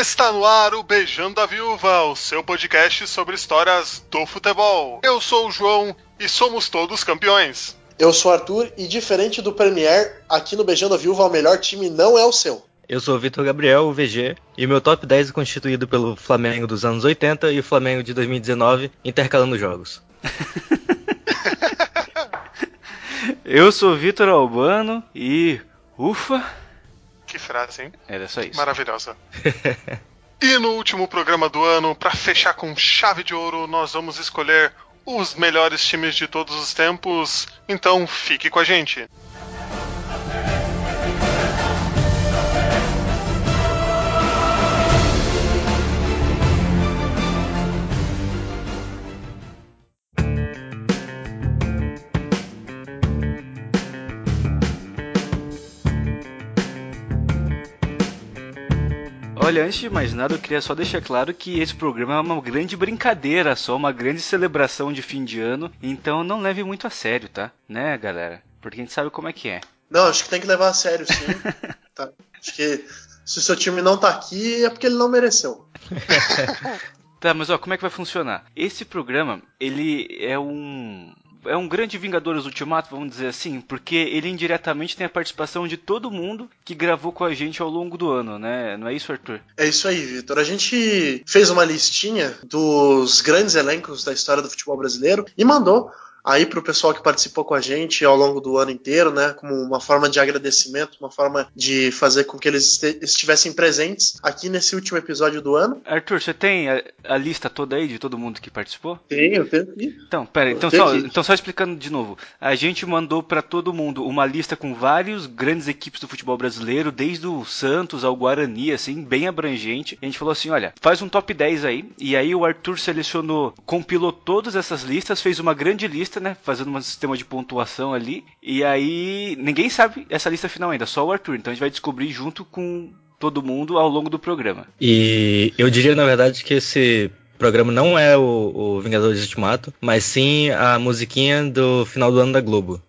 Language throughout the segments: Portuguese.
Está no ar o Beijando a Viúva, o seu podcast sobre histórias do futebol. Eu sou o João e somos todos campeões. Eu sou o Arthur e, diferente do Premier, aqui no Beijando a Viúva o melhor time não é o seu. Eu sou o Vitor Gabriel, o VG, e meu top 10 é constituído pelo Flamengo dos anos 80 e o Flamengo de 2019, intercalando jogos. Eu sou o Vitor Albano e... ufa! Que frase, hein? Era só isso. Maravilhosa. E no último programa do ano, para fechar com chave de ouro, nós vamos escolher os melhores times de todos os tempos. Então fique com a gente. Olha, antes de mais nada, eu queria só deixar claro que esse programa é uma grande brincadeira só, uma grande celebração de fim de ano, então não leve muito a sério, tá? Né, galera? Porque a gente sabe como é que é. Não, acho que tem que levar a sério, sim. Tá. Acho que se o seu time não tá aqui é porque ele não mereceu. Tá, mas ó, como é que vai funcionar? Esse programa, ele é um grande Vingadores Ultimato, vamos dizer assim, porque ele indiretamente tem a participação de todo mundo que gravou com a gente ao longo do ano, né? Não é isso, Arthur? É isso aí, Vitor. A gente fez uma listinha dos grandes elencos da história do futebol brasileiro e mandou aí pro pessoal que participou com a gente ao longo do ano inteiro, né, como uma forma de agradecimento, uma forma de fazer com que eles estivessem presentes aqui nesse último episódio do ano. Arthur, você tem a lista toda aí de todo mundo que participou? Tenho, eu tenho aqui. Então, pera aí, então só explicando de novo. A gente mandou pra todo mundo uma lista com vários grandes equipes do futebol brasileiro, desde o Santos ao Guarani, assim, bem abrangente. A gente falou assim, olha, faz um top 10 aí, e aí o Arthur selecionou, compilou todas essas listas, fez uma grande lista, né, fazendo um sistema de pontuação ali, e aí ninguém sabe essa lista final ainda, só o Arthur, então a gente vai descobrir junto com todo mundo ao longo do programa. E eu diria, na verdade, que esse programa não é o Vingadores Ultimato, mas sim a musiquinha do final do ano da Globo.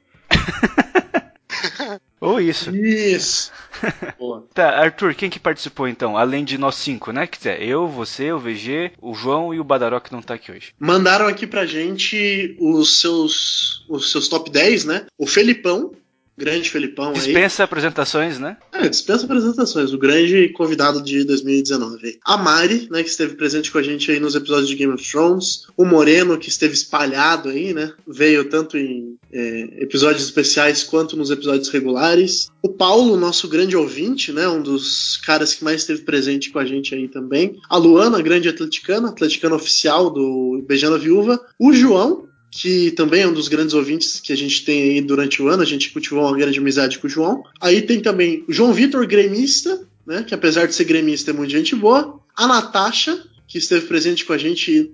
Ou isso. Isso. Boa. Tá, Arthur, quem que participou então? Além de nós 5, né? Que é eu, você, o VG, o João e o Badaró que não tá aqui hoje. Mandaram aqui pra gente os seus top 10, né? O Felipão, grande Felipão aí. Dispensa apresentações, né? Dispensa apresentações, o grande convidado de 2019. A Mari, né, que esteve presente com a gente aí nos episódios de Game of Thrones. O Moreno, que esteve espalhado aí, né? Veio tanto em episódios especiais quanto nos episódios regulares. O Paulo, nosso grande ouvinte, né? Um dos caras que mais esteve presente com a gente aí também. A Luana, grande atleticana oficial do Beijando a Viúva. O João, que também é um dos grandes ouvintes que a gente tem aí durante o ano, a gente cultivou uma grande amizade com o João. Aí tem também o João Vitor, gremista, né, que apesar de ser gremista é muito gente boa. A Natasha, que esteve presente com a gente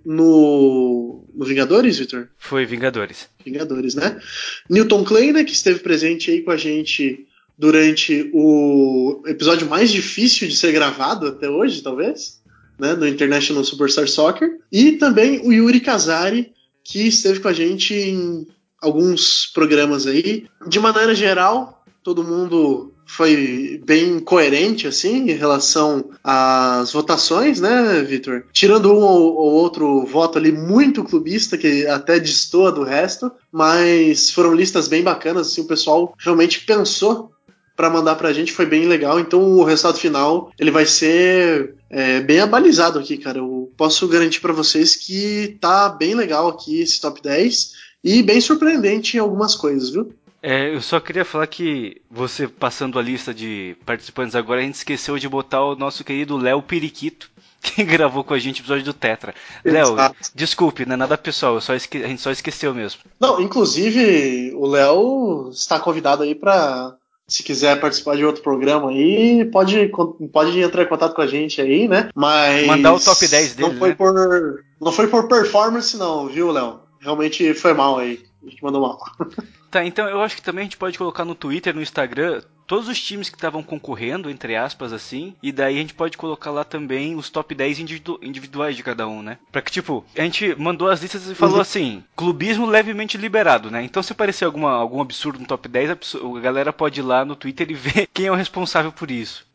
no Vingadores, Vitor? Foi Vingadores. Vingadores, né? Newton Kleiner, que esteve presente aí com a gente durante o episódio mais difícil de ser gravado até hoje, talvez, né, do International Superstar Soccer. E também o Yuri Casari, que esteve com a gente em alguns programas aí. De maneira geral, todo mundo foi bem coerente, assim, em relação às votações, né, Vitor? Tirando um ou outro voto ali muito clubista, que até destoa do resto, mas foram listas bem bacanas, assim, o pessoal realmente pensou para mandar pra gente, foi bem legal. Então o resultado final, ele vai ser bem abalizado aqui, cara. Eu posso garantir para vocês que tá bem legal aqui esse top 10 e bem surpreendente em algumas coisas, viu? Eu só queria falar que você passando a lista de participantes agora, a gente esqueceu de botar o nosso querido Léo Periquito, que gravou com a gente o episódio do Tetra. Léo, desculpe, não é nada pessoal, a gente só esqueceu mesmo. Não, inclusive o Léo está convidado aí para, se quiser participar de outro programa aí, pode entrar em contato com a gente aí, né? Mas mandar o top 10 dele, não foi por performance não, viu, Léo? Realmente foi mal aí. A gente mandou mal. Tá, então eu acho que também a gente pode colocar no Twitter, no Instagram, todos os times que estavam concorrendo, entre aspas, assim, e daí a gente pode colocar lá também os top 10 individuais de cada um, né? Pra que, tipo, a gente mandou as listas e falou assim, clubismo levemente liberado, né? Então se aparecer algum absurdo no top 10, a galera pode ir lá no Twitter e ver quem é o responsável por isso.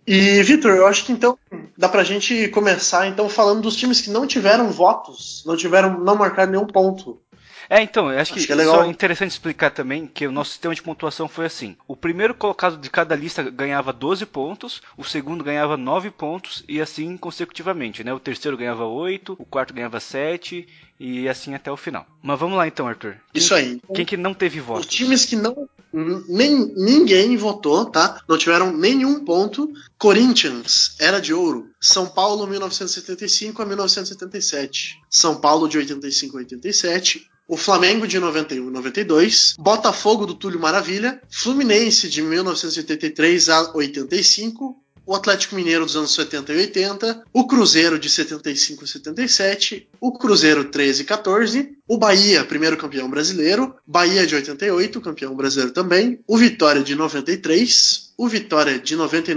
E, Vitor, eu acho que então dá pra gente começar então falando dos times que não tiveram votos, não marcaram nenhum ponto. Então, eu acho que é legal. só interessante explicar também que o nosso sistema de pontuação foi assim. O primeiro colocado de cada lista ganhava 12 pontos, o segundo ganhava 9 pontos e assim consecutivamente, né? O terceiro ganhava 8, o quarto ganhava 7 e assim até o final. Mas vamos lá então, Arthur. Isso aí. Quem que não teve votos? Os times que ninguém votou, tá? Não tiveram nenhum ponto. Corinthians, Era de Ouro. São Paulo, 1975 a 1977. São Paulo, de 85 a 87. O Flamengo, de 91 a 92. Botafogo, do Túlio Maravilha. Fluminense, de 1983 a 85. O Atlético Mineiro dos anos 70 e 80, o Cruzeiro de 75 a 77, o Cruzeiro 13 e 14, o Bahia, primeiro campeão brasileiro, Bahia de 88, campeão brasileiro também, o Vitória de 93, o Vitória de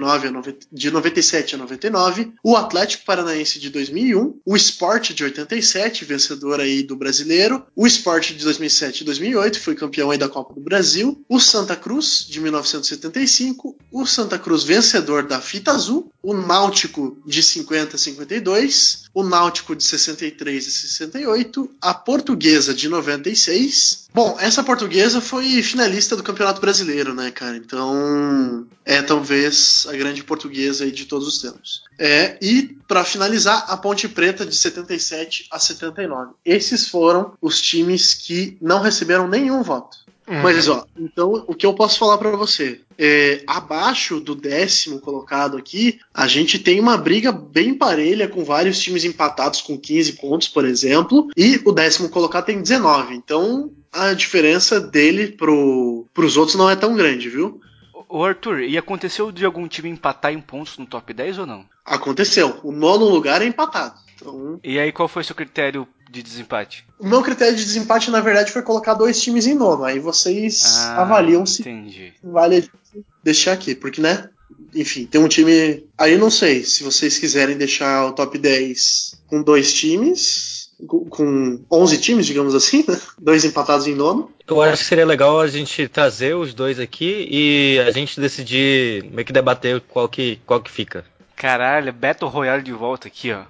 97 a 99, o Atlético Paranaense de 2001, o Sport de 87, vencedor aí do brasileiro, o Sport de 2007 e 2008, foi campeão aí da Copa do Brasil, o Santa Cruz de 1975, o Santa Cruz vencedor da Fita Azul, o Náutico de 50 a 52, o Náutico de 63 a 68, a Portuguesa de 96. Bom, essa Portuguesa foi finalista do Campeonato Brasileiro, né, cara? Então, talvez a grande Portuguesa aí de todos os tempos. E, para finalizar, a Ponte Preta de 77 a 79. Esses foram os times que não receberam nenhum voto. Mas, então, o que eu posso falar para você? Abaixo do 10º colocado aqui, a gente tem uma briga bem parelha com vários times empatados com 15 pontos, por exemplo, e o 10º colocado tem 19. Então, a diferença dele pros outros não é tão grande, viu? Ô Arthur, e aconteceu de algum time empatar em pontos no top 10 ou não? Aconteceu. O 9º lugar é empatado. Então... E aí, qual foi o seu critério de desempate? O meu critério de desempate, na verdade, foi colocar 2 times em 9º. Aí vocês avaliam se vale deixar aqui. Porque, né? Enfim, tem um time... Aí eu não sei se vocês quiserem deixar o top 10 com 2 times... Com 11 times, digamos assim, né? 2 empatados em 9º. Eu acho que seria legal a gente trazer os dois aqui e a gente decidir, meio que debater qual que fica. Caralho, Battle Royale de volta aqui, ó.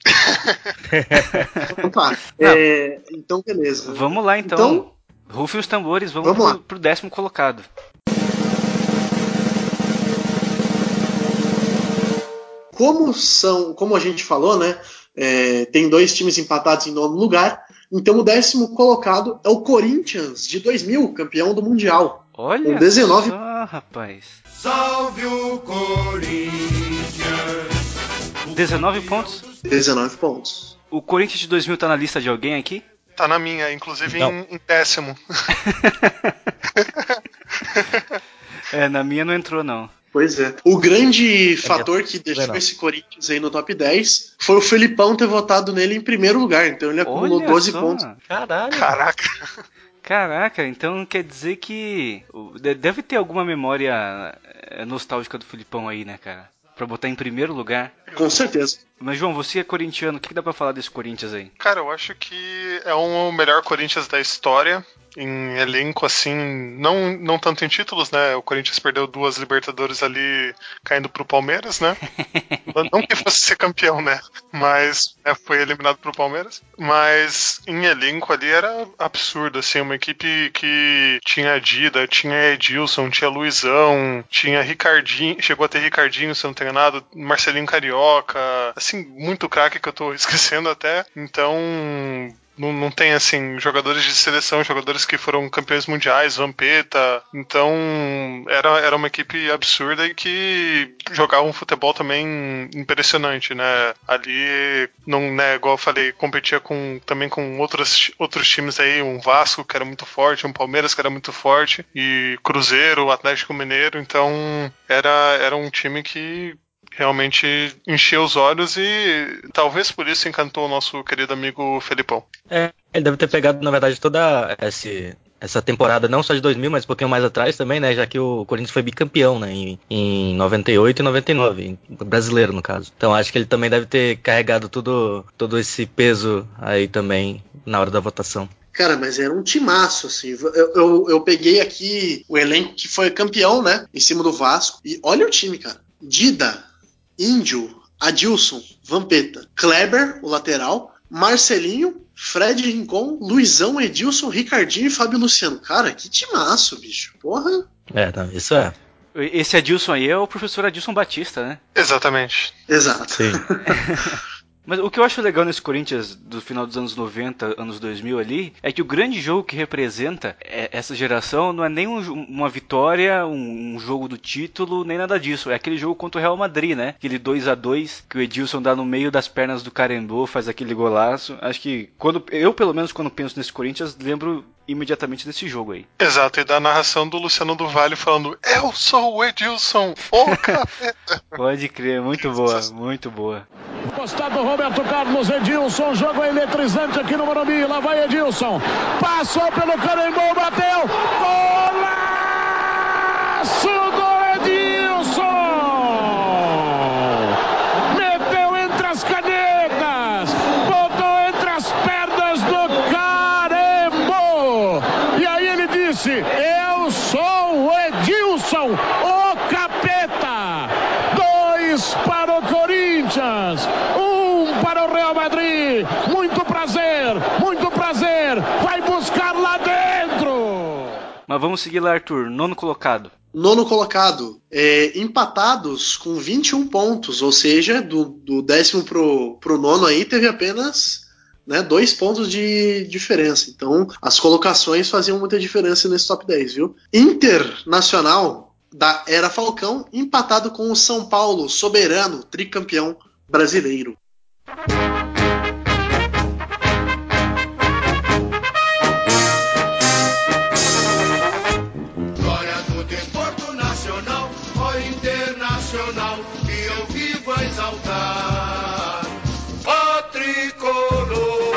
Então tá. Então, beleza. Vamos lá, então. Rufem os tambores, vamos pro 10º colocado. Como a gente falou, né? Tem 2 times empatados em 9º lugar. Então o 10º colocado é o Corinthians, de 2000, campeão do Mundial. Olha com 19... só, rapaz. Salve o Corinthians! 19 pontos? 19 pontos. O Corinthians de 2000 tá na lista de alguém aqui? Tá na minha, inclusive em 10º. Na minha não entrou, não. Pois é. O grande fator que deixou esse Corinthians aí no top 10 foi o Felipão ter votado nele em primeiro lugar. Então ele acumulou 12 pontos. Caralho. Caraca, então quer dizer que deve ter alguma memória nostálgica do Felipão aí, né, cara? Pra botar em primeiro lugar. Com certeza. Mas, João, você é corintiano, o que dá pra falar desse Corinthians aí? Cara, eu acho que é o melhor Corinthians da história. Em elenco, assim, não tanto em títulos, né? O Corinthians perdeu 2 Libertadores ali caindo pro Palmeiras, né? Não que fosse ser campeão, né? Mas foi eliminado pro Palmeiras. Mas em elenco ali era absurdo, assim, uma equipe que tinha Dida, tinha Edilson, tinha Luizão, tinha Ricardinho, chegou a ter Ricardinho, se eu não tenho nada, Marcelinho Carioca, assim, muito craque que eu tô esquecendo até. Então... Não tem, assim, jogadores de seleção, jogadores que foram campeões mundiais, Vampeta. Então, era uma equipe absurda e que jogava um futebol também impressionante, né? Ali, não, né, igual eu falei, competia também com outros times aí, um Vasco, que era muito forte, um Palmeiras, que era muito forte, e Cruzeiro, Atlético Mineiro. Então, era um time que realmente encheu os olhos e talvez por isso encantou o nosso querido amigo Felipão. Ele deve ter pegado, na verdade, toda essa temporada, não só de 2000, mas um pouquinho mais atrás também, né? Já que o Corinthians foi bicampeão, né? Em 98 e 99, brasileiro, no caso. Então acho que ele também deve ter carregado todo esse peso aí também na hora da votação. Cara, mas era um timaço, assim. Eu peguei aqui o elenco que foi campeão, né? Em cima do Vasco. E olha o time, cara. Dida, Índio, Adilson, Vampeta, Kleber, o lateral, Marcelinho, Fred Rincon, Luizão, Edilson, Ricardinho e Fábio Luciano. Cara, que timaço, bicho. Porra. Não, isso é. Esse Adilson aí é o professor Adilson Batista, né? Exatamente. Exato. Sim. Mas o que eu acho legal nesse Corinthians do final dos anos 90, anos 2000 ali, é que o grande jogo que representa essa geração não é nem uma vitória, um jogo do título, nem nada disso. É aquele jogo contra o Real Madrid, né? Aquele 2-2 que o Edilson dá no meio das pernas do Carembô, faz aquele golaço. Acho que eu, pelo menos, quando penso nesse Corinthians, lembro imediatamente desse jogo aí. Exato, e da narração do Luciano do Vale falando: eu sou o Edilson, o capeta. Pode crer, muito boa, muito boa. Postado Roberto Carlos, Edilson, jogo eletrizante aqui no Morumbi, lá vai Edilson, passou pelo Carembô, bateu, golaço do Edilson, meteu entre as canetas, botou entre as pernas do Carembô, e aí ele disse, eu sou o Edilson, o capeta, 2 para o Corinthians, 1 para o Real Madrid, muito prazer, vai buscar lá dentro. Mas vamos seguir lá, Arthur, 9º colocado. 9º colocado, empatados com 21 pontos, ou seja, do 10º pro 9º aí teve apenas 2 pontos de diferença. Então, as colocações faziam muita diferença nesse top 10, viu? Internacional da Era Falcão, empatado com o São Paulo, soberano, tricampeão brasileiro. Glória do desporto nacional, ó internacional, que eu vivo a exaltar. Ó tricolor,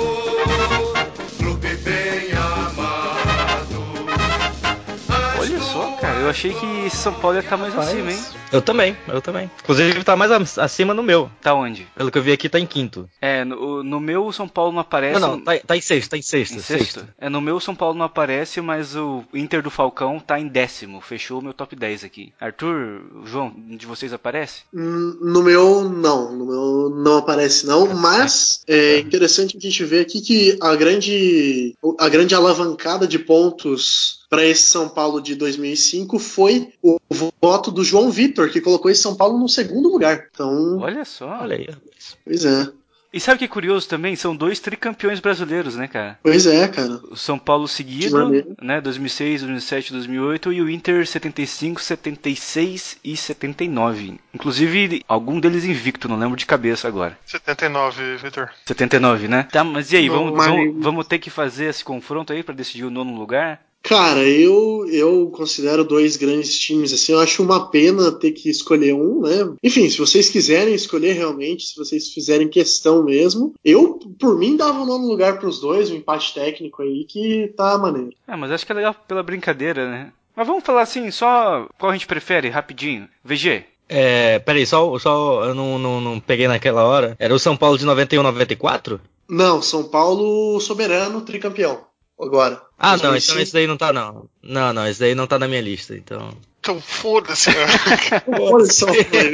clube bem amado. Olha só, cara, eu achei que São Paulo ia estar mais acima, hein? Eu também. Inclusive tá mais acima no meu. Tá onde? Pelo que eu vi aqui, tá em quinto. No meu o São Paulo não aparece. Não, tá em sexto, Em sexto? No meu o São Paulo não aparece, mas o Inter do Falcão tá em 10º. Fechou o meu top 10 aqui. Arthur, João, de vocês aparece? No meu não aparece não, mas é interessante a gente ver aqui que a grande alavancada de pontos para esse São Paulo de 2005 foi o voto do João Vitor, que colocou esse São Paulo no 2º lugar. Então, Olha só. Olha aí. pois é. E sabe o que é curioso também? São 2 tricampeões brasileiros, né, cara? Pois é, cara. O São Paulo seguido, né, 2006, 2007, 2008, e o Inter 75, 76 e 79. Inclusive, algum deles invicto, não lembro de cabeça agora. 79, Vitor. 79, né? Tá, mas e aí, Não, vamos ter que fazer esse confronto aí pra decidir o 9º lugar? Cara, eu considero 2 grandes times, assim, eu acho uma pena ter que escolher um, né? Enfim, se vocês quiserem escolher realmente, se vocês fizerem questão mesmo, eu, por mim, dava o 9º lugar pros 2, um empate técnico aí, que tá maneiro. Mas acho que é legal pela brincadeira, né? Mas vamos falar assim, só qual a gente prefere, rapidinho. VG. Peraí, só eu não peguei naquela hora. Era o São Paulo de 91, 94? Não, São Paulo soberano, tricampeão. Agora. Ah, não, então esse daí não tá, não. Não, esse daí não tá na minha lista, então. Então foda-se. Olha só,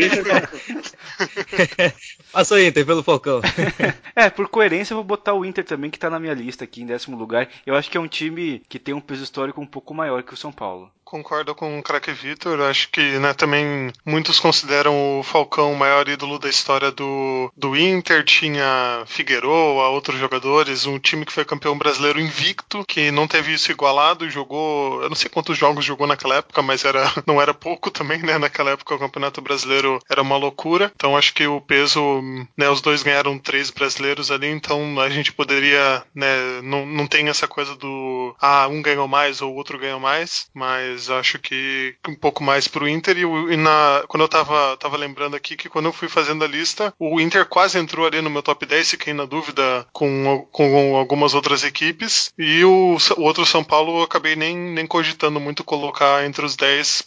Passou Inter pelo Falcão. Por coerência eu vou botar o Inter também, que tá na minha lista aqui em 10º lugar. Eu acho que é um time que tem um peso histórico um pouco maior que o São Paulo. Concordo com o craque Vitor. Acho que também muitos consideram o Falcão o maior ídolo da história do Inter. Tinha Figueroa, outros jogadores, um time que foi campeão brasileiro invicto, que não teve isso igualado, jogou, eu não sei quantos jogos jogou naquela época, mas não era pouco também, né? Naquela época o Campeonato Brasileiro era uma loucura. Então acho que o peso, né, os dois ganharam 3 brasileiros ali, então a gente poderia, né, não tem essa coisa do um ganhou mais ou o outro ganhou mais, mas acho que um pouco mais pro Inter. Quando eu tava lembrando aqui que quando eu fui fazendo a lista, o Inter quase entrou ali no meu top 10, fiquei na dúvida com algumas outras equipes, e o outro São Paulo eu acabei nem cogitando muito colocar entre os 10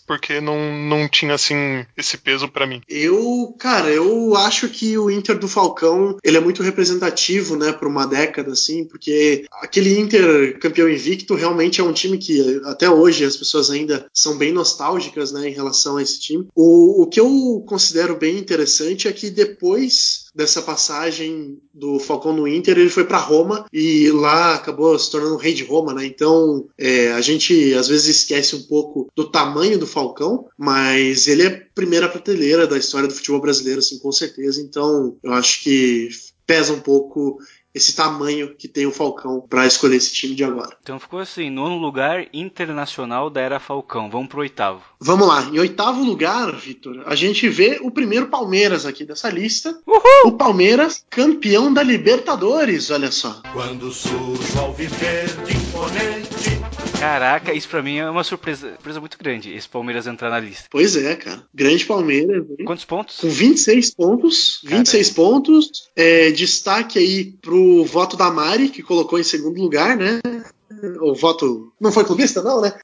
porque não tinha, assim, esse peso pra mim. Eu acho que o Inter do Falcão, ele é muito representativo, né, por uma década, assim, porque aquele Inter campeão invicto realmente é um time que até hoje as pessoas ainda são bem nostálgicas, né, em relação a esse time. O que eu considero bem interessante é que depois dessa passagem do Falcão no Inter, ele foi para Roma e lá acabou se tornando o rei de Roma, né? Então a gente às vezes esquece um pouco do tamanho do Falcão, mas ele é primeira prateleira da história do futebol brasileiro, assim, com certeza. Então eu acho que pesa um pouco esse tamanho que tem o Falcão para escolher esse time de agora. Então ficou assim, 9º lugar, Internacional da era Falcão. Vamos pro 8º. Vamos lá, em 8º lugar, Vitor, a gente vê o primeiro Palmeiras aqui dessa lista. Uhul! O Palmeiras, campeão da Libertadores, olha só. Quando surge o alviverde imponente. Caraca, isso pra mim é uma surpresa muito grande, esse Palmeiras entrar na lista. Pois é, cara. Grande Palmeiras. Hein? Quantos pontos? Com 26 pontos. 26 pontos. Destaque aí pro voto da Mari, que colocou em segundo lugar, né? O voto não foi clubista, não, né?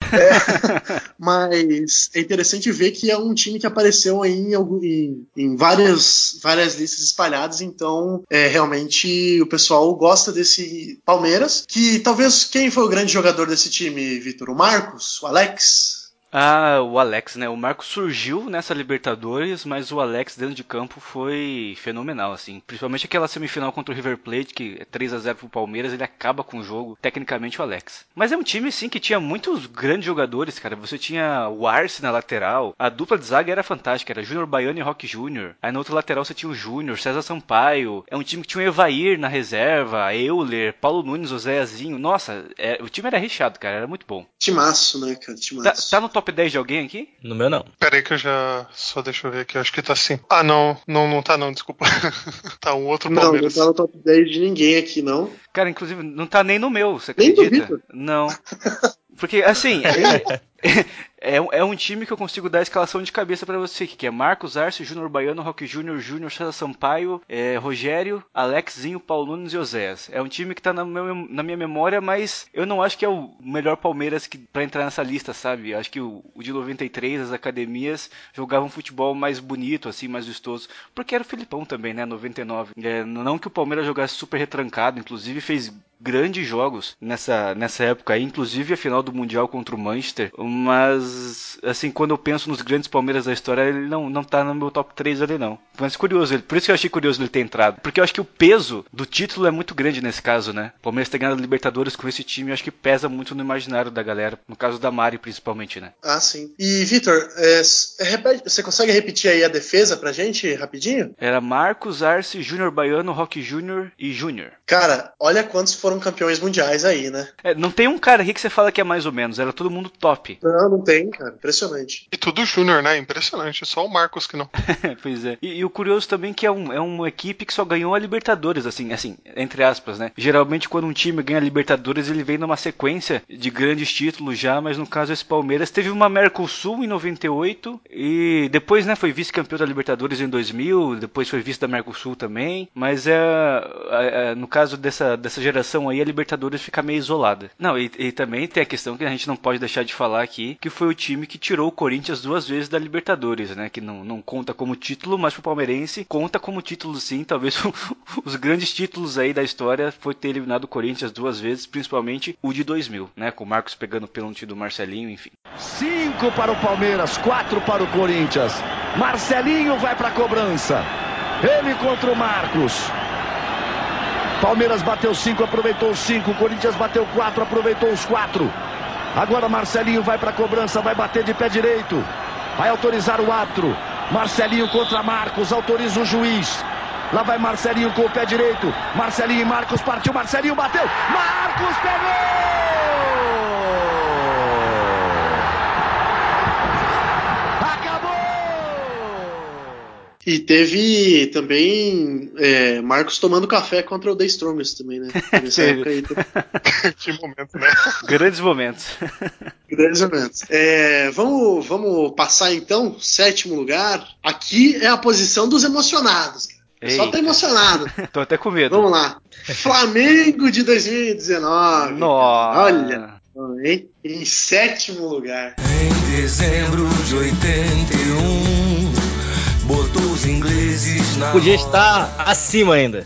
Mas é interessante ver que é um time que apareceu aí em várias listas espalhadas, então realmente o pessoal gosta desse Palmeiras, que talvez quem foi o grande jogador desse time, Vitor? O Marcos? O Alex? Ah, o Alex, né? O Marcos surgiu nessa Libertadores, mas o Alex dentro de campo foi fenomenal, assim. Principalmente aquela semifinal contra o River Plate, que é 3-0 pro Palmeiras, ele acaba com o jogo, tecnicamente o Alex. Mas é um time, sim, que tinha muitos grandes jogadores, cara. Você tinha o Arce na lateral, a dupla de zaga era fantástica, era Júnior Baiano e Roque Júnior. Aí no outro lateral você tinha o Júnior, César Sampaio. É um time que tinha o Evair na reserva, Euler, Paulo Nunes, Oséazinho. Nossa, o time era recheado, cara, era muito bom. Timaço, né, cara? Timaço. Tá no top 10 de alguém aqui? No meu não. Pera aí que eu já... Só deixa eu ver aqui, eu acho que tá sim. Ah, não tá não, desculpa. Tá um outro Palmeiras. Não tá no top 10 de ninguém aqui, não. Cara, inclusive, não tá nem no meu, você Nem acredita? duvido. Não. Porque, assim, é um time que eu consigo dar a escalação de cabeça pra você, que é Marcos, Arce, Júnior Baiano, Roque Júnior, César Sampaio, Rogério, Alexinho, Paulo Nunes e Oséias. É um time que tá na minha memória, mas eu não acho que é o melhor Palmeiras pra entrar nessa lista, sabe? Eu acho que o de 93, as academias jogavam futebol mais bonito, assim, mais vistoso. Porque era o Filipão também, né? 99. Não que o Palmeiras jogasse super retrancado, inclusive fez grandes jogos nessa época aí, inclusive a final do Mundial contra o Manchester, mas assim, quando eu penso nos grandes Palmeiras da história, ele não tá no meu top 3 ali não. Mas curioso, por isso que eu achei curioso ele ter entrado, porque eu acho que o peso do título é muito grande nesse caso, né? O Palmeiras ter ganhado a Libertadores com esse time, eu acho que pesa muito no imaginário da galera, no caso da Mari principalmente, né? Ah, sim. E, Vitor, você consegue repetir aí a defesa pra gente, rapidinho? Era Marcos, Arce, Júnior Baiano, Roque Júnior e Júnior. Cara, olha quantos foram campeões mundiais aí, né? Não tem um cara aqui que você fala que é mais ou menos, era todo mundo top. Não tem, cara. Impressionante. E tudo Júnior, né? Impressionante. Só o Marcos que não. Pois é. E o curioso também é que é uma equipe que só ganhou a Libertadores, assim, entre aspas, né? Geralmente quando um time ganha a Libertadores, ele vem numa sequência de grandes títulos já, mas no caso esse Palmeiras teve uma Mercosul em 98 e depois, né, foi vice-campeão da Libertadores em 2000, depois foi vice da Mercosul também, mas no caso dessa geração aí, a Libertadores fica meio isolada. Não, e também tem a questão que a gente não pode deixar de falar aqui, que foi o time que tirou o Corinthians 2 vezes da Libertadores, né? Que não conta como título, mas pro palmeirense conta como título sim. Talvez os grandes títulos aí da história foi ter eliminado o Corinthians 2 vezes, principalmente o de 2000, né? Com o Marcos pegando o pênalti do Marcelinho, enfim. 5 para o Palmeiras, 4 para o Corinthians. Marcelinho vai para a cobrança. Ele contra o Marcos. Palmeiras bateu 5, aproveitou os 5. Corinthians bateu 4, aproveitou os 4. Agora Marcelinho vai para a cobrança, vai bater de pé direito. Vai autorizar o árbitro. Marcelinho contra Marcos, autoriza o juiz. Lá vai Marcelinho com o pé direito. Marcelinho e Marcos, partiu, Marcelinho bateu. Marcos pegou! E teve também Marcos tomando café contra o The Strongest também, né? Nessa época aí. Que momento, né? Grandes momentos. Grandes momentos. Vamos passar então, 7º lugar. Aqui é a posição dos emocionados. O pessoal tá emocionado. Tô até com medo. Vamos lá. Flamengo de 2019. Nossa. Olha. Em sétimo lugar. Em dezembro de 81, botou os ingleses na Podia estar acima ainda.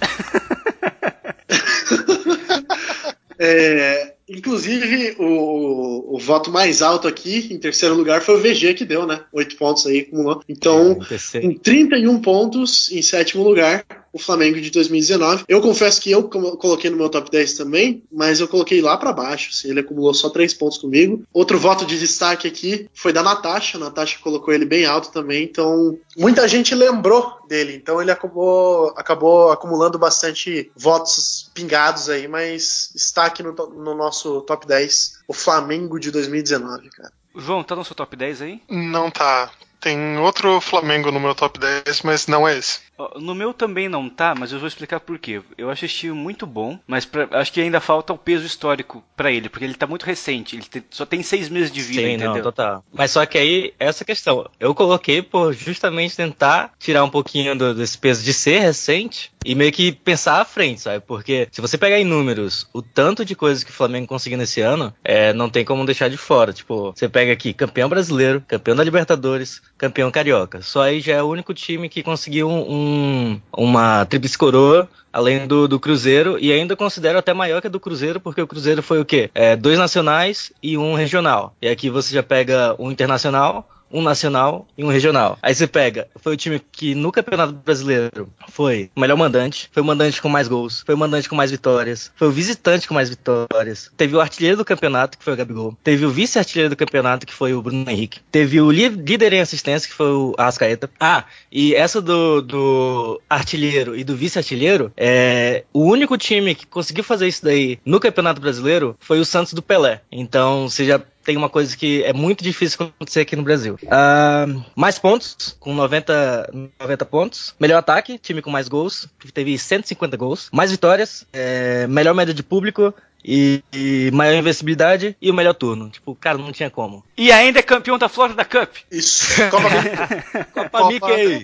Inclusive, o voto mais alto aqui, em terceiro lugar, foi o VG que deu, né? 8 pontos aí, acumulou. Então, com 31 pontos, em sétimo lugar, o Flamengo de 2019. Eu confesso que eu coloquei no meu top 10 também, mas eu coloquei lá pra baixo, assim, ele acumulou só 3 pontos comigo. Outro voto de destaque aqui foi da Natasha. A Natasha colocou ele bem alto também, então muita gente lembrou dele. Então ele acabou acumulando bastante votos pingados aí, mas está aqui no nosso top 10, o Flamengo de 2019, cara. João, tá no seu top 10 aí? Não tá. Tem outro Flamengo no meu top 10, mas não é esse. No meu também não tá, mas eu vou explicar por quê. Eu assisti muito bom, mas acho que ainda falta o peso histórico pra ele, porque ele tá muito recente, ele só tem 6 meses de vida, Sim, entendeu? Não, total. Mas só que aí, essa questão, eu coloquei por justamente tentar tirar um pouquinho desse peso de ser recente e meio que pensar à frente, sabe? Porque se você pegar em números o tanto de coisas que o Flamengo conseguiu nesse ano, não tem como deixar de fora. Tipo, você pega aqui campeão brasileiro, campeão da Libertadores, campeão carioca. Só aí já é o único time que conseguiu uma tríplice coroa, além do Cruzeiro, e ainda considero até maior que a do Cruzeiro, porque o Cruzeiro foi o quê? 2 nacionais e 1 regional. E aqui você já pega um internacional, um nacional e um regional. Aí você pega, foi o time que no Campeonato Brasileiro foi o melhor mandante, foi o mandante com mais gols, foi o mandante com mais vitórias, foi o visitante com mais vitórias, teve o artilheiro do campeonato, que foi o Gabigol, teve o vice-artilheiro do campeonato, que foi o Bruno Henrique, teve o líder em assistência, que foi o Arrascaeta. E essa do artilheiro e do vice-artilheiro, o único time que conseguiu fazer isso daí no Campeonato Brasileiro foi o Santos do Pelé. Então você já tem uma coisa que é muito difícil acontecer aqui no Brasil. Mais pontos, com 90 pontos. Melhor ataque, time com mais gols, que teve 150 gols. Mais vitórias, melhor média de público e maior invencibilidade e o melhor turno. Tipo, cara, não tinha como. E ainda é campeão da Florida Cup. Isso, Copa Mickey.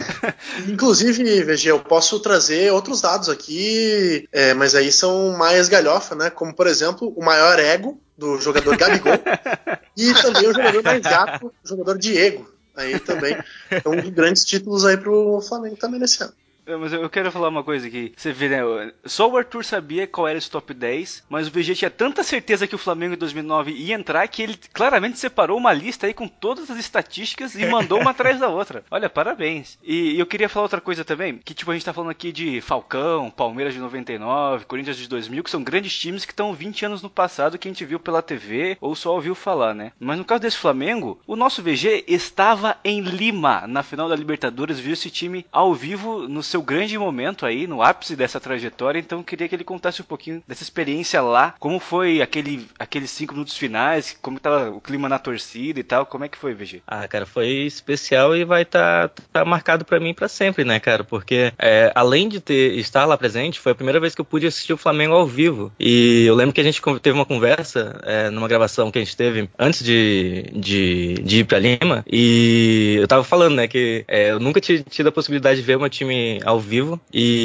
Inclusive, VG, eu posso trazer outros dados aqui, mas aí são mais galhofa, né? Como, por exemplo, o maior ego do jogador Gabigol e também o jogador mais gato, o jogador Diego. Aí também. Então, grandes títulos aí pro Flamengo também nesse ano. Mas eu quero falar uma coisa aqui. Você vê, né? Só o Arthur sabia qual era esse top 10, mas o VG tinha tanta certeza que o Flamengo em 2009 ia entrar que ele claramente separou uma lista aí com todas as estatísticas e mandou uma atrás da outra. Olha, parabéns. E eu queria falar outra coisa também, que tipo, a gente tá falando aqui de Falcão, Palmeiras de 99, Corinthians de 2000, que são grandes times que estão 20 anos no passado que a gente viu pela TV ou só ouviu falar, né? Mas no caso desse Flamengo, o nosso VG estava em Lima, na final da Libertadores, viu esse time ao vivo no seu grande momento aí, no ápice dessa trajetória, então eu queria que ele contasse um pouquinho dessa experiência lá, como foi aqueles 5 minutos finais, como tava o clima na torcida e tal, como é que foi, VG? Cara, foi especial e vai tá marcado pra mim pra sempre, né, cara, porque além de estar lá presente, foi a primeira vez que eu pude assistir o Flamengo ao vivo, e eu lembro que a gente teve uma conversa numa gravação que a gente teve antes de ir pra Lima, e eu tava falando, né, que eu nunca tinha tido a possibilidade de ver meu time ao vivo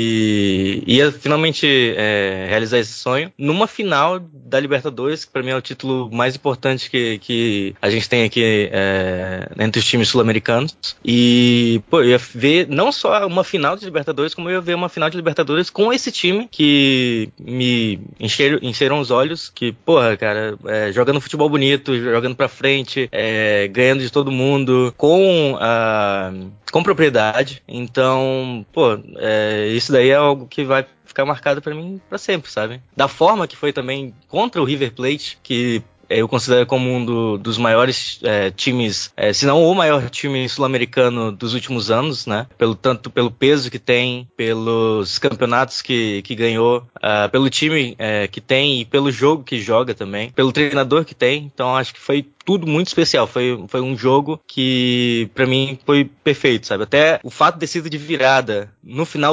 e ia finalmente realizar esse sonho numa final da Libertadores, que pra mim é o título mais importante que a gente tem aqui entre os times sul-americanos. E, pô, eu ia ver não só uma final de Libertadores, como eu ia ver uma final de Libertadores com esse time que me encheram os olhos, que, porra, cara, jogando futebol bonito, jogando pra frente, ganhando de todo mundo, com propriedade. Então, pô, isso daí é algo que vai ficar marcado pra mim pra sempre, sabe? Da forma que foi também contra o River Plate, que eu considero como um dos maiores times, se não o maior time sul-americano dos últimos anos, né? Tanto pelo peso que tem, pelos campeonatos que ganhou, pelo time que tem e pelo jogo que joga também, pelo treinador que tem. Então acho que foi tudo muito especial. Foi um jogo que pra mim foi perfeito, sabe? Até o fato de ter sido de virada no final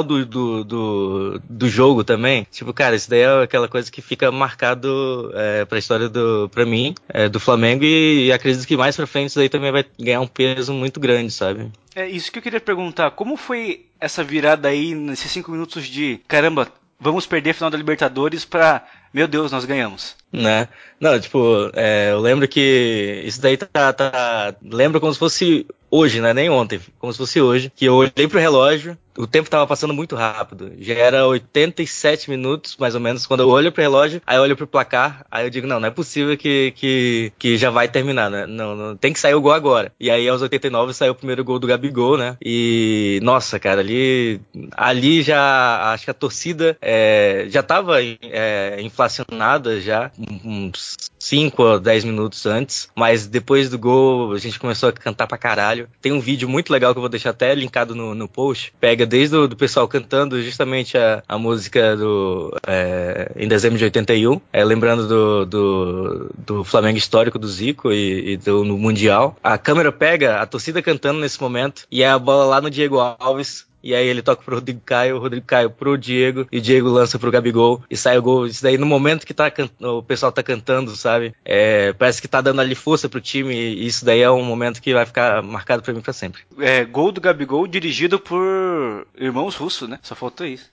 do jogo também. Tipo, cara, isso daí é aquela coisa que fica marcado pra história pra mim, do Flamengo, e acredito que mais pra frente isso daí também vai ganhar um peso muito grande, sabe? É isso que eu queria perguntar. Como foi essa virada aí nesses 5 minutos de caramba, vamos perder a final da Libertadores pra meu Deus, nós ganhamos. Né? Não, tipo, eu lembro que isso daí lembro como se fosse hoje, né? Nem ontem, como se fosse hoje, que eu olhei pro relógio, o tempo tava passando muito rápido. Já era 87 minutos, mais ou menos, quando eu olho pro relógio, aí eu olho pro placar, aí eu digo, não é possível que já vai terminar, né? Não, tem que sair o gol agora. E aí, aos 89, saiu o primeiro gol do Gabigol, né? E, nossa, cara, ali já, acho que a torcida já tava inflacionada já, uns 5 ou 10 minutos antes, mas depois do gol a gente começou a cantar pra caralho. Tem um vídeo muito legal que eu vou deixar até linkado no post, pega desde o pessoal cantando justamente a música em dezembro de 81, lembrando do Flamengo histórico do Zico e no Mundial. A câmera pega a torcida cantando nesse momento e a bola lá no Diego Alves. E aí ele toca pro o Rodrigo Caio pro Diego, e o Diego lança pro Gabigol, e sai o gol. Isso daí no momento que o pessoal tá cantando, sabe? Parece que tá dando ali força pro time, e isso daí é um momento que vai ficar marcado pra mim pra sempre. Gol do Gabigol dirigido por irmãos russos, né? Só faltou isso.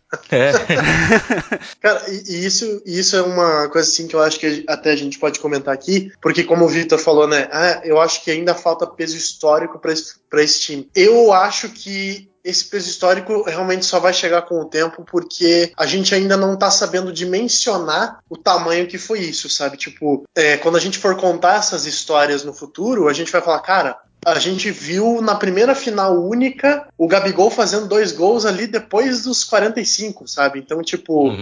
Cara, e isso é uma coisa assim que eu acho que até a gente pode comentar aqui, porque como o Vitor falou, né? Eu acho que ainda falta peso histórico pra esse time. Eu acho que esse peso histórico realmente só vai chegar com o tempo, porque a gente ainda não tá sabendo dimensionar o tamanho que foi isso, sabe? Tipo, quando a gente for contar essas histórias no futuro, a gente vai falar, cara, a gente viu na primeira final única o Gabigol fazendo 2 gols ali depois dos 45, sabe? Então, tipo,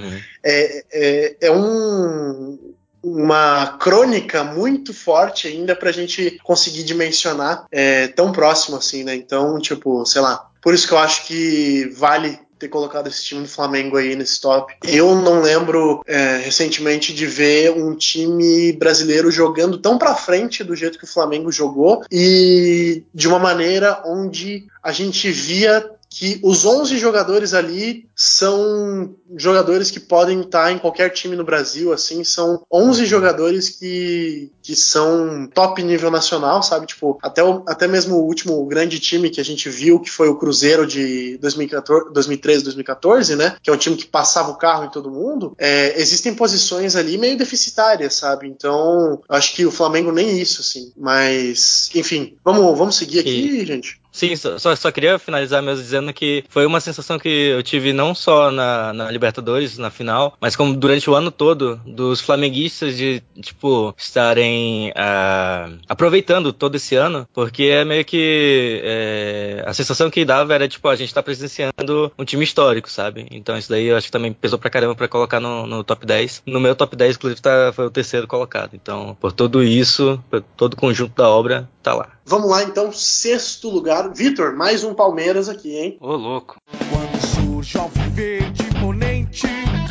uma crônica muito forte ainda pra gente conseguir dimensionar tão próximo assim, né? Então, tipo, sei lá. Por isso que eu acho que vale ter colocado esse time do Flamengo aí nesse top. Eu não lembro recentemente de ver um time brasileiro jogando tão pra frente do jeito que o Flamengo jogou e de uma maneira onde a gente via que os 11 jogadores ali são jogadores que podem estar em qualquer time no Brasil, assim, são 11 jogadores que são top nível nacional, sabe, tipo, até mesmo o último grande time que a gente viu, que foi o Cruzeiro de 2013, 2014, né, que é um time que passava o carro em todo mundo, existem posições ali meio deficitárias, sabe, então, acho que o Flamengo nem isso, assim, mas, enfim, vamos seguir aqui, gente? Sim, só queria finalizar mesmo dizendo que foi uma sensação que eu tive não só na Libertadores, na final, mas como durante o ano todo, dos flamenguistas de, tipo, estarem aproveitando todo esse ano, porque é meio que a sensação que dava era, tipo, a gente tá presenciando um time histórico, sabe? Então isso daí eu acho que também pesou pra caramba pra colocar no top 10. No meu top 10, inclusive, foi o terceiro colocado. Então, por tudo isso, por todo o conjunto da obra, tá lá. Vamos lá, então, 6º lugar. Vitor, mais um Palmeiras aqui, hein? Ô, louco. Quando surge ao verde imponente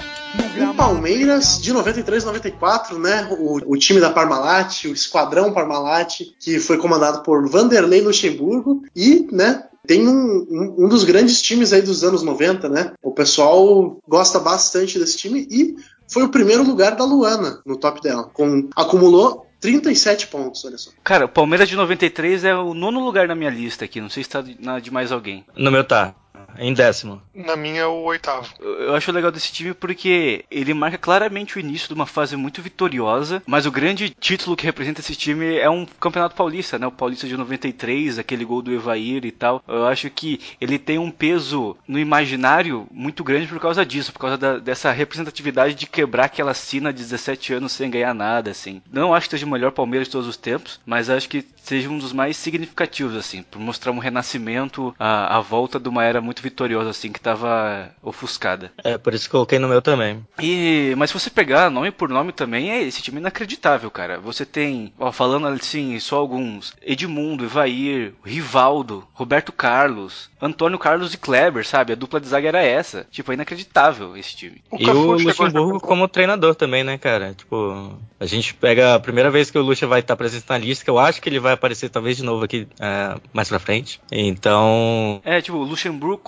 O Palmeiras de 93, 94, né? O time da Parmalat, o esquadrão Parmalat, que foi comandado por Vanderlei Luxemburgo e, né, tem um dos grandes times aí dos anos 90, né? O pessoal gosta bastante desse time e foi o primeiro lugar da Luana no top dela. Acumulou 37 pontos, olha só. Cara, o Palmeiras de 93 é o 9º lugar na minha lista aqui. Não sei se tá de mais alguém. No meu tá. Em 10º. Na minha é o 8º. Eu acho legal desse time porque ele marca claramente o início de uma fase muito vitoriosa, mas o grande título que representa esse time é um campeonato paulista, né? O Paulista de 93, aquele gol do Evair e tal. Eu acho que ele tem um peso no imaginário muito grande por causa disso, por causa dessa representatividade de quebrar aquela sina de 17 anos sem ganhar nada, assim. Não acho que seja o melhor Palmeiras de todos os tempos, mas acho que seja um dos mais significativos, assim, por mostrar um renascimento, a volta de uma era muito vitoriosa, assim, que tava ofuscada. Por isso que coloquei no meu também. Mas se você pegar nome por nome também, esse time é inacreditável, cara. Você tem, falando assim, só alguns: Edmundo, Evair, Rivaldo, Roberto Carlos, Antônio Carlos e Kleber, sabe? A dupla de zaga era essa. Tipo, é inacreditável esse time. E o Luxemburgo como treinador também, né, cara? Tipo, a gente pega a primeira vez que o Luxa vai estar presente na lista, que eu acho que ele vai aparecer talvez de novo aqui mais pra frente. Então... tipo, o Luxemburgo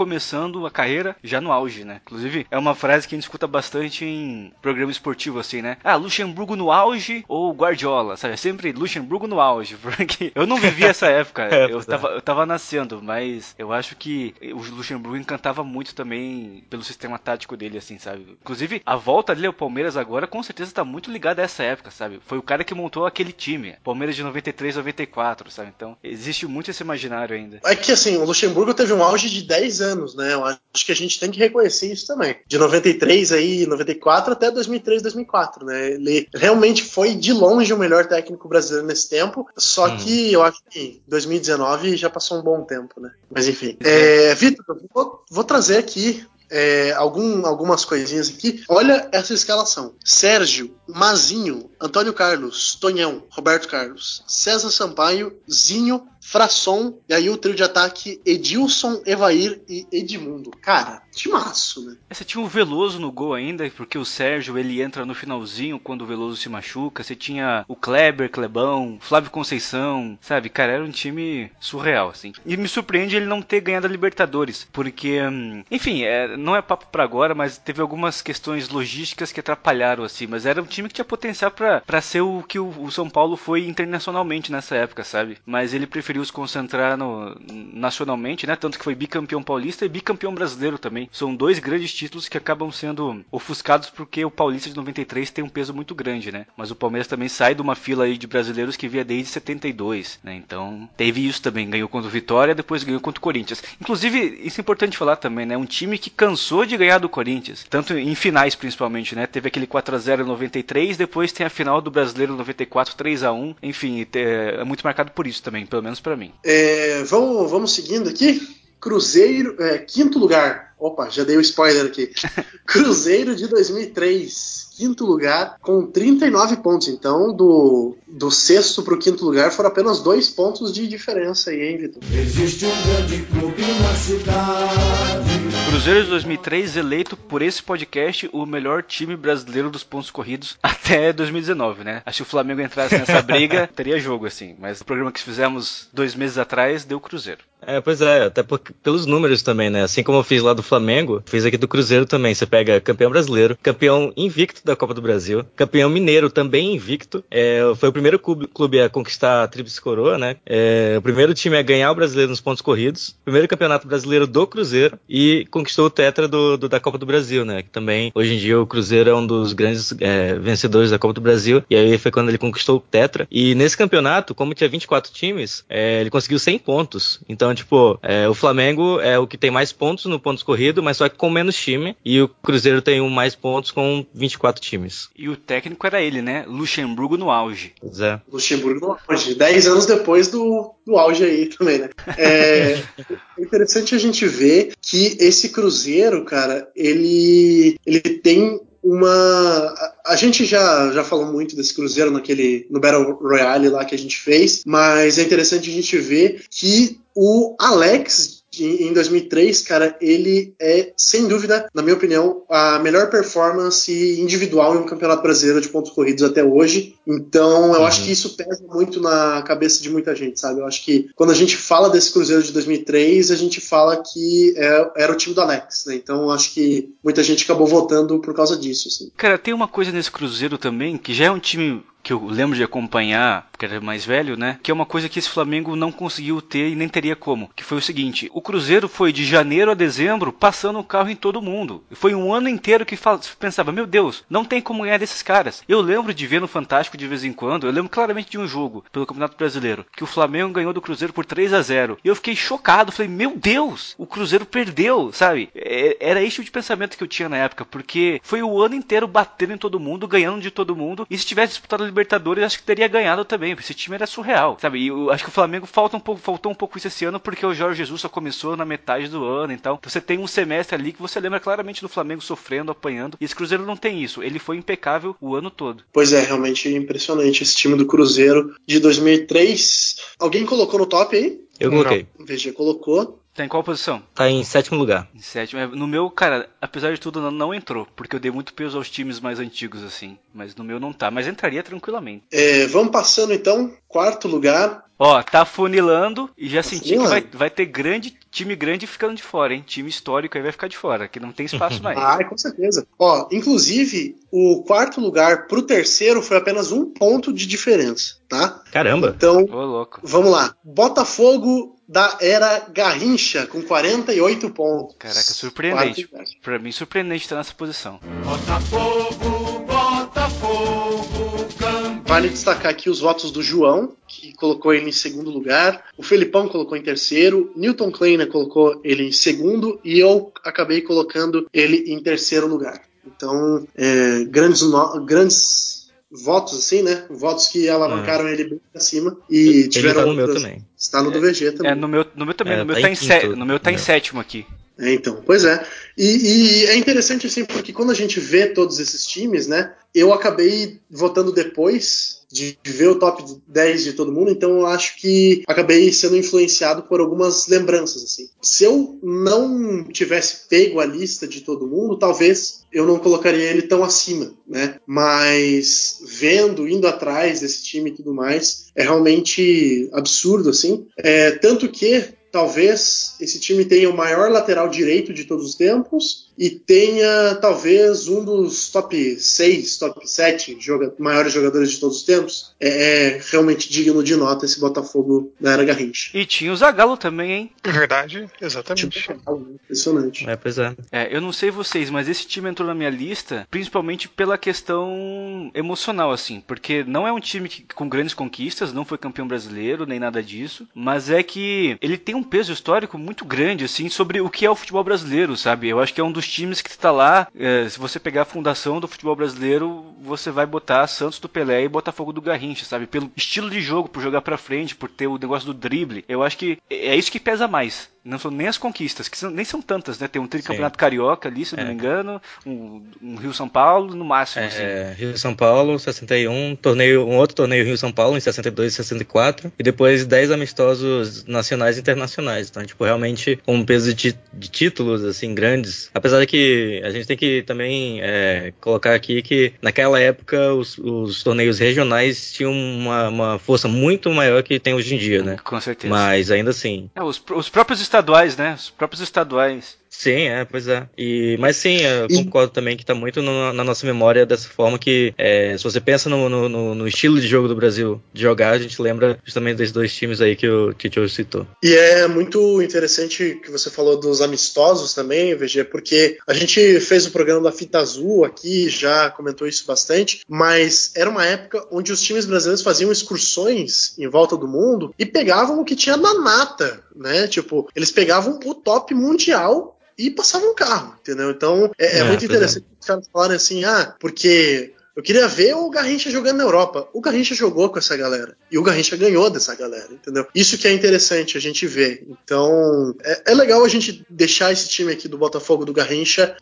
começando a carreira já no auge, né? Inclusive, é uma frase que a gente escuta bastante em programa esportivo, assim, né? Luxemburgo no auge ou Guardiola, sabe? É sempre Luxemburgo no auge, porque eu não vivi essa época, eu tava nascendo, mas eu acho que o Luxemburgo encantava muito também pelo sistema tático dele, assim, sabe? Inclusive, a volta dele ao Palmeiras agora, com certeza tá muito ligada a essa época, sabe? Foi o cara que montou aquele time, Palmeiras de 93, 94, sabe? Então, existe muito esse imaginário ainda. É que, assim, o Luxemburgo teve um auge de 10 anos, né? Eu acho que a gente tem que reconhecer isso também. De 93 aí, 94 até 2003, 2004, né? Ele realmente foi de longe o melhor técnico brasileiro nesse tempo, só que eu acho que 2019 já passou um bom tempo, né? Mas enfim. Vitor, vou trazer aqui algumas coisinhas aqui. Olha essa escalação: Sérgio, Mazinho, Antônio Carlos, Tonhão, Roberto Carlos, César Sampaio, Zinho, Frasson, e aí o trio de ataque Edilson, Evair e Edmundo. Cara, timaço, né? Você tinha o Veloso no gol ainda, porque o Sérgio ele entra no finalzinho quando o Veloso se machuca. Você tinha o Kleber, Clebão, Flávio Conceição, sabe? Cara, era um time surreal, assim. E me surpreende ele não ter ganhado a Libertadores, porque, enfim, não é papo pra agora, mas teve algumas questões logísticas que atrapalharam, assim. Mas era um time que tinha potencial pra ser o que o São Paulo foi internacionalmente nessa época, sabe? Mas ele preferiu se concentrar nacionalmente, né? Tanto que foi bicampeão paulista e bicampeão brasileiro também. São dois grandes títulos que acabam sendo ofuscados porque o Paulista de 93 tem um peso muito grande, né? Mas o Palmeiras também sai de uma fila aí de brasileiros que via desde 72, né? Então, teve isso também. Ganhou contra o Vitória, depois ganhou contra o Corinthians. Inclusive, isso é importante falar também, né? Um time que cansou de ganhar do Corinthians. Tanto em finais, principalmente, né? Teve aquele 4-0 em 93, depois tem a final do Brasileiro 94, 3-1. Enfim, é muito marcado por isso também, pelo menos pra mim. Vamos seguindo aqui. Cruzeiro, quinto lugar. Opa, já dei o spoiler aqui. Cruzeiro de 2003, quinto lugar, com 39 pontos. Então, do sexto para o quinto lugar foram apenas 2 pontos de diferença aí, hein, Vitor? Existe um grande clube na cidade. Cruzeiro de 2003 eleito por esse podcast o melhor time brasileiro dos pontos corridos até 2019, né? Acho que o Flamengo entrasse nessa briga, teria jogo, assim. Mas o programa que fizemos 2 meses atrás deu Cruzeiro. Pois é, até pelos números também, né? Assim como eu fiz lá do Flamengo, fiz aqui do Cruzeiro também. Você pega campeão brasileiro, campeão invicto da Copa do Brasil, campeão mineiro também invicto. Foi o primeiro clube a conquistar a Tríplice Coroa, né? O primeiro time a ganhar o brasileiro nos pontos corridos, primeiro campeonato brasileiro do Cruzeiro e conquistou o tetra da Copa do Brasil, né? Que também, hoje em dia, o Cruzeiro é um dos grandes vencedores da Copa do Brasil. E aí foi quando ele conquistou o tetra. E nesse campeonato, como tinha 24 times, ele conseguiu 100 pontos. Então, o Flamengo é o que tem mais pontos no pontos corrido, mas só que com menos time. E o Cruzeiro tem mais pontos com 24 times. E o técnico era ele, né? Luxemburgo no auge. Pois é. Luxemburgo no auge. 10 anos depois do auge aí também, né? É interessante a gente ver que esse Cruzeiro, cara, ele tem a gente já falou muito desse Cruzeiro no Battle Royale lá que a gente fez, mas é interessante a gente ver que o Alex em 2003, cara, ele é, sem dúvida, na minha opinião, a melhor performance individual em um campeonato brasileiro de pontos corridos até hoje. Então, eu acho que isso pesa muito na cabeça de muita gente, sabe? Eu acho que quando a gente fala desse Cruzeiro de 2003, a gente fala que era o time do Alex, né? Então, eu acho que muita gente acabou votando por causa disso, assim. Cara, tem uma coisa nesse Cruzeiro também, que já é um time que eu lembro de acompanhar, porque era mais velho, né? Que é uma coisa que esse Flamengo não conseguiu ter e nem teria como. Que foi o seguinte: o Cruzeiro foi de janeiro a dezembro passando o carro em todo mundo. Foi um ano inteiro que pensava, meu Deus, não tem como ganhar desses caras. Eu lembro de ver no Fantástico de vez em quando, eu lembro claramente de um jogo pelo Campeonato Brasileiro, que o Flamengo ganhou do Cruzeiro por 3-0. E eu fiquei chocado, falei, meu Deus, o Cruzeiro perdeu, sabe? Era esse tipo de pensamento que eu tinha na época, porque foi o ano inteiro batendo em todo mundo, ganhando de todo mundo, e se tivesse disputado a Libertadores, acho que teria ganhado também, porque esse time era surreal, sabe? E eu acho que o Flamengo faltou um pouco isso esse ano, porque o Jorge Jesus só começou na metade do ano, então você tem um semestre ali que você lembra claramente do Flamengo sofrendo, apanhando, e esse Cruzeiro não tem isso, ele foi impecável o ano todo. Pois é, realmente impressionante esse time do Cruzeiro de 2003. Alguém colocou no top aí? Eu coloquei. O VG colocou. Tá em qual posição? Tá em 7º lugar. Em 7º. No meu, cara, apesar de tudo, não entrou. Porque eu dei muito peso aos times mais antigos, assim. Mas no meu não tá. Mas entraria tranquilamente. Vamos passando então. 4º lugar. Ó, tá funilando e já Tá senti funilando. que vai ter time grande ficando de fora, hein? Time histórico aí vai ficar de fora, que não tem espaço mais. Com certeza. Ó, inclusive, o 4º lugar pro 3º foi apenas 1 ponto de diferença, tá? Caramba! Então, Ô, louco. vamos lá. Botafogo da era Garrincha, com 48 pontos. Caraca, surpreendente. 4º lugar. Pra mim, surpreendente estar nessa posição. Botafogo, Botafogo, campeão. Vale destacar aqui os votos do João, que colocou ele em 2º lugar. O Felipão colocou em 3º. Newton Kleiner colocou ele em 2º. E eu acabei colocando ele em 3º lugar. Então, grandes votos, assim, né? Votos que alavancaram ele bem acima. E tiveram ele tá no meu outras... também. Está no do VG também. No meu também. No meu tá tá em em quinto. no meu tá em 7º aqui. Então, pois é. E é interessante, assim, porque quando a gente vê todos esses times, né? Eu acabei votando depois de ver o top 10 de todo mundo, então eu acho que acabei sendo influenciado por algumas lembranças, assim. Se eu não tivesse pego a lista de todo mundo, talvez eu não colocaria ele tão acima, né? Mas vendo, indo atrás desse time e tudo mais, é realmente absurdo, assim. Tanto que talvez esse time tenha o maior lateral direito de todos os tempos e tenha talvez um dos top 6, top 7 maiores jogadores de todos os tempos. É realmente digno de nota esse Botafogo da era Garrincha. E tinha o Zagallo também, hein? Verdade, exatamente. Impressionante. Pois é. Eu não sei vocês, mas esse time entrou na minha lista principalmente pela questão emocional, assim. Porque não é um time com grandes conquistas, não foi campeão brasileiro, nem nada disso. Mas é que ele tem um peso histórico muito grande, assim, sobre o que é o futebol brasileiro, sabe? Eu acho que é um dos times que está lá. Se você pegar a fundação do futebol brasileiro, você vai botar Santos do Pelé e Botafogo do Garrincha, sabe? Pelo estilo de jogo, por jogar pra frente, por ter o negócio do drible. Eu acho que é isso que pesa mais. Não são nem as conquistas, que nem são tantas, né? Tem um tricampeonato carioca ali, se não me engano, um Rio-São Paulo, no máximo, assim. Rio-São Paulo, 61, um outro torneio Rio-São Paulo, em 62 e 64, e depois 10 amistosos nacionais e internacionais. Então, tipo, realmente um peso de títulos, assim, grandes. Apesar de que a gente tem que também colocar aqui que naquela época os torneios regionais tinham uma força muito maior que tem hoje em dia, né? Com certeza. Mas ainda assim... Os próprios estaduais, né? Os próprios estaduais. Sim, pois é. Mas sim, eu concordo também que tá muito na nossa memória dessa forma que, se você pensa no estilo de jogo do Brasil de jogar, a gente lembra justamente desses dois times aí que o Tio citou. E é muito interessante que você falou dos amistosos também, VG, porque a gente fez o programa da Fita Azul aqui, já comentou isso bastante, mas era uma época onde os times brasileiros faziam excursões em volta do mundo e pegavam o que tinha na nata, né? Tipo, eles pegavam o top mundial e passavam um carro, entendeu? Então é muito interessante os caras falarem assim, porque eu queria ver o Garrincha jogando na Europa. O Garrincha jogou com essa galera. E o Garrincha ganhou dessa galera, entendeu? Isso que é interessante a gente ver. Então, é legal a gente deixar esse time aqui do Botafogo do Garrincha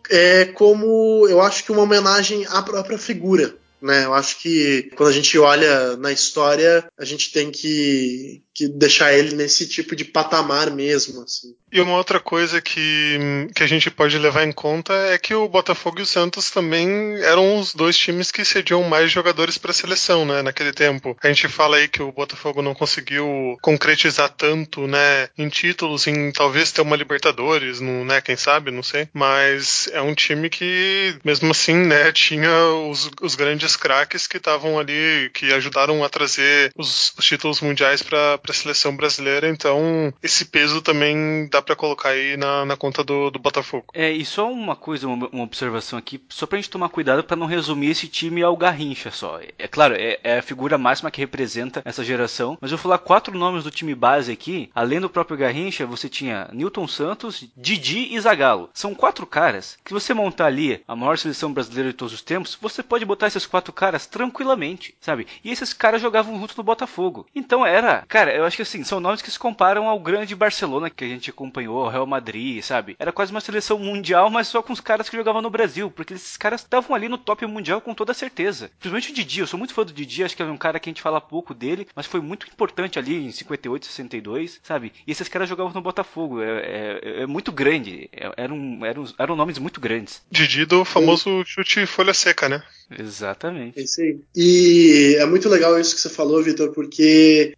como, eu acho que uma homenagem à própria figura, né? Eu acho que quando a gente olha na história, a gente tem que deixar ele nesse tipo de patamar mesmo, assim. E uma outra coisa que a gente pode levar em conta é que o Botafogo e o Santos também eram os dois times que cediam mais jogadores para a seleção, né, naquele tempo. A gente fala aí que o Botafogo não conseguiu concretizar tanto, né, em títulos, em talvez ter uma Libertadores, né, quem sabe, não sei. Mas é um time que, mesmo assim, né, tinha os grandes craques que estavam ali, que ajudaram a trazer os títulos mundiais para a seleção brasileira. Então, esse peso também dá pra colocar aí na conta do Botafogo. E só uma coisa, uma observação aqui, só pra gente tomar cuidado pra não resumir esse time ao Garrincha só. É claro, é a figura máxima que representa essa geração, mas eu vou falar 4 nomes do time base aqui. Além do próprio Garrincha, você tinha Newton Santos, Didi e Zagallo. São 4 caras que você montar ali a maior seleção brasileira de todos os tempos, você pode botar esses 4 caras tranquilamente, sabe? E esses caras jogavam junto no Botafogo. Então era cara, eu acho que assim, são nomes que se comparam ao grande Barcelona que a gente acompanhou, Real Madrid, sabe? Era quase uma seleção mundial, mas só com os caras que jogavam no Brasil, porque esses caras estavam ali no top mundial com toda certeza. Principalmente o Didi, eu sou muito fã do Didi, acho que é um cara que a gente fala pouco dele, mas foi muito importante ali em 58, 62, sabe? E esses caras jogavam no Botafogo, é muito grande, eram nomes muito grandes. Didi do famoso chute folha seca, né? Exatamente. É isso aí. E é muito legal isso que você falou, Vitor, porque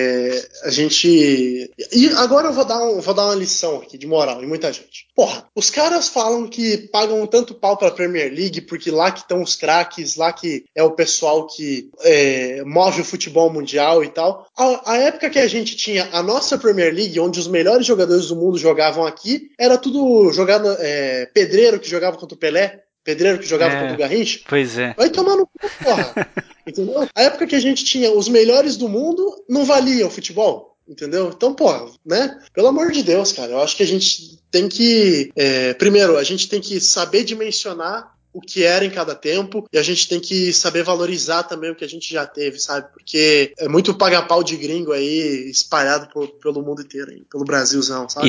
a gente... E agora eu vou dar uma lição aqui de moral em muita gente. Porra, os caras falam que pagam tanto pau pra Premier League porque lá que estão os craques, lá que é o pessoal que move o futebol mundial e tal. A época que a gente tinha a nossa Premier League, onde os melhores jogadores do mundo jogavam aqui, era tudo jogado pedreiro que jogava contra o Pelé, pedreiro que jogava contra o Garrincha. Pois é. Vai tomar no cu, porra. Entendeu? A época que a gente tinha os melhores do mundo, não valia o futebol. Entendeu? Então, porra, né? Pelo amor de Deus, cara. Eu acho que a gente tem que... primeiro, a gente tem que saber dimensionar o que era em cada tempo, e a gente tem que saber valorizar também o que a gente já teve, sabe? Porque é muito paga-pau de gringo aí, espalhado pelo mundo inteiro, aí, pelo Brasilzão, sabe?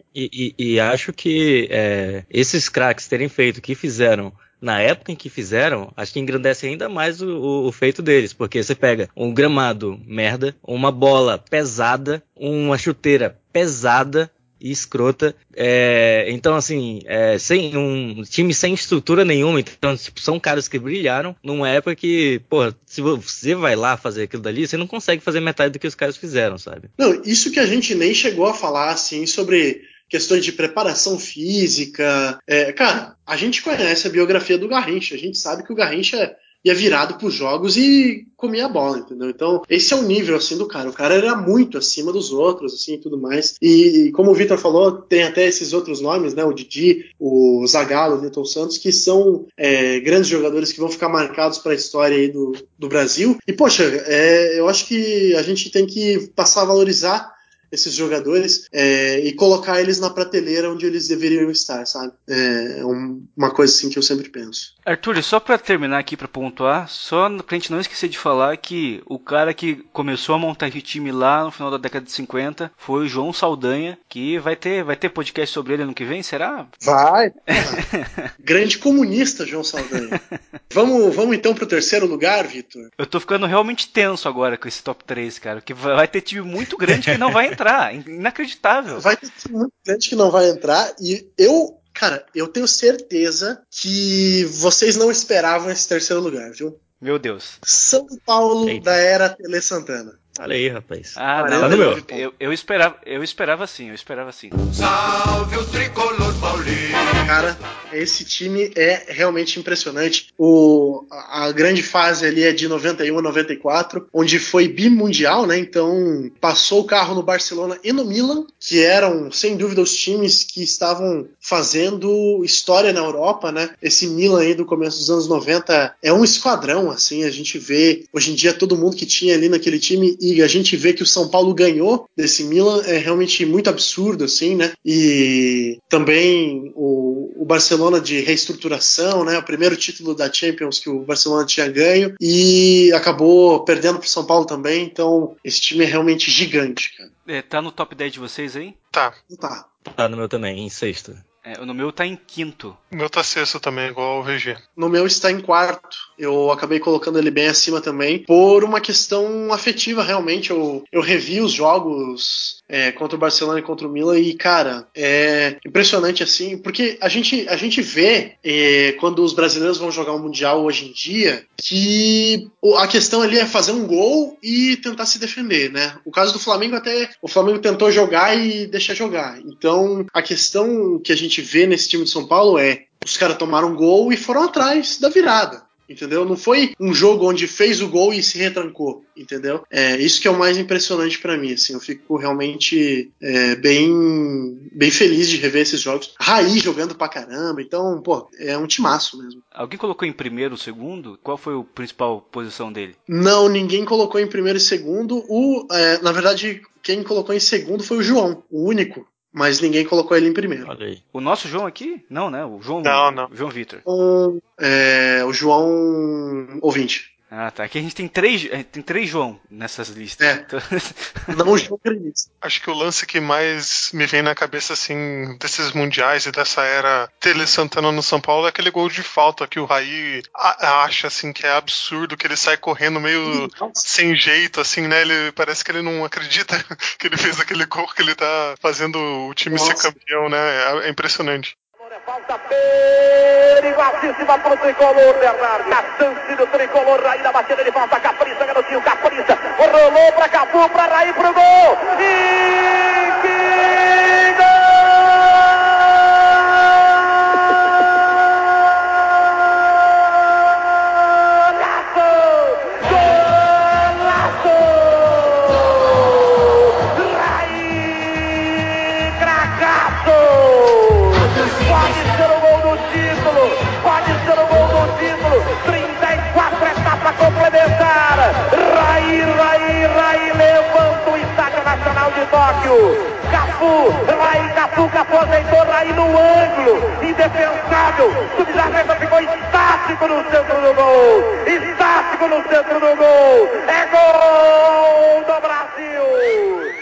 E acho que esses craques terem feito o que fizeram na época em que fizeram, acho que engrandece ainda mais o feito deles, porque você pega um gramado merda, uma bola pesada, uma chuteira pesada e escrota, então assim, sem um time sem estrutura nenhuma, então tipo, são caras que brilharam numa época que, porra, se você vai lá fazer aquilo dali, você não consegue fazer metade do que os caras fizeram, sabe? Não, isso que a gente nem chegou a falar, assim, sobre questões de preparação física. Cara, a gente conhece a biografia do Garrincha, a gente sabe que o Garrincha ia virado pros jogos e comia a bola, entendeu? Então, esse é o nível, assim, do cara. O cara era muito acima dos outros, assim, e tudo mais. E como o Vitor falou, tem até esses outros nomes, né? O Didi, o Zagallo, o Newton Santos, que são grandes jogadores que vão ficar marcados para a história aí do Brasil. E, poxa, eu acho que a gente tem que passar a valorizar esses jogadores e colocar eles na prateleira onde eles deveriam estar, sabe? É uma coisa assim que eu sempre penso. Arthur, só pra terminar aqui, pra pontuar, só pra gente não esquecer de falar que o cara que começou a montar esse time lá no final da década de 50 foi o João Saldanha, que vai ter podcast sobre ele ano que vem, será? Vai! Grande comunista, João Saldanha. Vamos então pro terceiro lugar, Vitor? Eu tô ficando realmente tenso agora com esse top 3, cara, que vai ter time muito grande que não vai entrar, inacreditável. Vai ter time muito grande que não vai entrar e eu tenho certeza que vocês não esperavam esse terceiro lugar, viu? Meu Deus. São Paulo Eita. da era Tele Santana. Olha aí, rapaz. Ah, Não, tá no meu. eu esperava sim. Salve o tricolor paulista. Cara, esse time é realmente impressionante. A grande fase ali é de 91 a 94, onde foi bimundial, né? Então passou o carro no Barcelona e no Milan, que eram, sem dúvida, os times que estavam fazendo história na Europa, né? Esse Milan aí do começo dos anos 90 é um esquadrão, assim, a gente vê hoje em dia todo mundo que tinha ali naquele time, e a gente vê que o São Paulo ganhou desse Milan, é realmente muito absurdo, assim, né? E também o Barcelona de reestruturação, né? O primeiro título da Champions que o Barcelona tinha ganho e acabou perdendo pro São Paulo também, então esse time é realmente gigante, cara. Tá no top 10 de vocês aí? Tá. Tá. Tá no meu também, em sexto. No meu tá em quinto. O meu tá sexto também, igual o RG. No meu está em quarto. Eu acabei colocando ele bem acima também, por uma questão afetiva, realmente. Eu revi os jogos contra o Barcelona e contra o Milan e, cara, é impressionante assim, porque a gente vê quando os brasileiros vão jogar o Mundial hoje em dia, que a questão ali é fazer um gol e tentar se defender, né? O caso do Flamengo, o Flamengo tentou jogar e deixar jogar. Então, a questão que a gente vê nesse time de São Paulo os caras tomaram um gol e foram atrás da virada, entendeu? Não foi um jogo onde fez o gol e se retrancou, entendeu? Isso que é o mais impressionante pra mim, assim, eu fico realmente bem feliz de rever esses jogos. Raí jogando pra caramba, então, pô, é um timaço mesmo. Alguém colocou em primeiro ou segundo? Qual foi a principal posição dele? Não, ninguém colocou em primeiro e segundo. Na verdade, quem colocou em segundo foi o João, o único. Mas ninguém colocou ele em primeiro. Olha aí. O nosso João aqui? Não, né? O João. Não. João Vitor. O João ouvinte. Ah, tá. Aqui a gente tem três João nessas listas. É. Então... Não o João Granizo. Acho que o lance que mais me vem na cabeça, assim, desses mundiais e dessa era Tele Santana no São Paulo é aquele gol de falta que o Raí acha, assim, que é absurdo, que ele sai correndo meio sem jeito, assim, né? Ele parece que ele não acredita que ele fez aquele gol, que ele tá fazendo o time ser campeão, né? É impressionante. Falta perigosíssima pro tricolor, Bernardo. A chance do tricolor, Raí na batida de falta. Capricha, garotinho, capricha. Rolou pra Cafu, pra Raí, pro gol. E que gol! Golaço! Raí, cracaço! Pode ser o gol do título, pode ser o gol do título, 34 etapa complementar, Raí levanta o Estádio Nacional de Tóquio, Cafu ajeitou Raí no ângulo, indefensável, Subjardeta ficou estático no centro do gol, é gol do Brasil!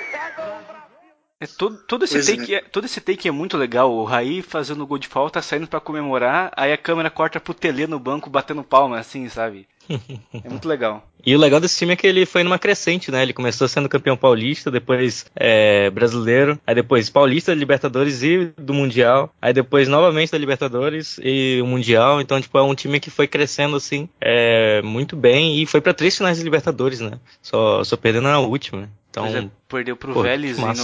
Todo esse take é muito legal. O Raí fazendo o gol de falta, saindo pra comemorar, aí a câmera corta pro Tele no banco batendo palma, assim, sabe? É muito legal. E o legal desse time é que ele foi numa crescente, né? Ele começou sendo campeão paulista, depois brasileiro, aí depois paulista, Libertadores e do Mundial, aí depois novamente da Libertadores e o Mundial. Então, tipo, é um time que foi crescendo, assim, muito bem e foi pra 3 finais de Libertadores, né? Só perdendo na última, né? Então, perdeu pro Vélez em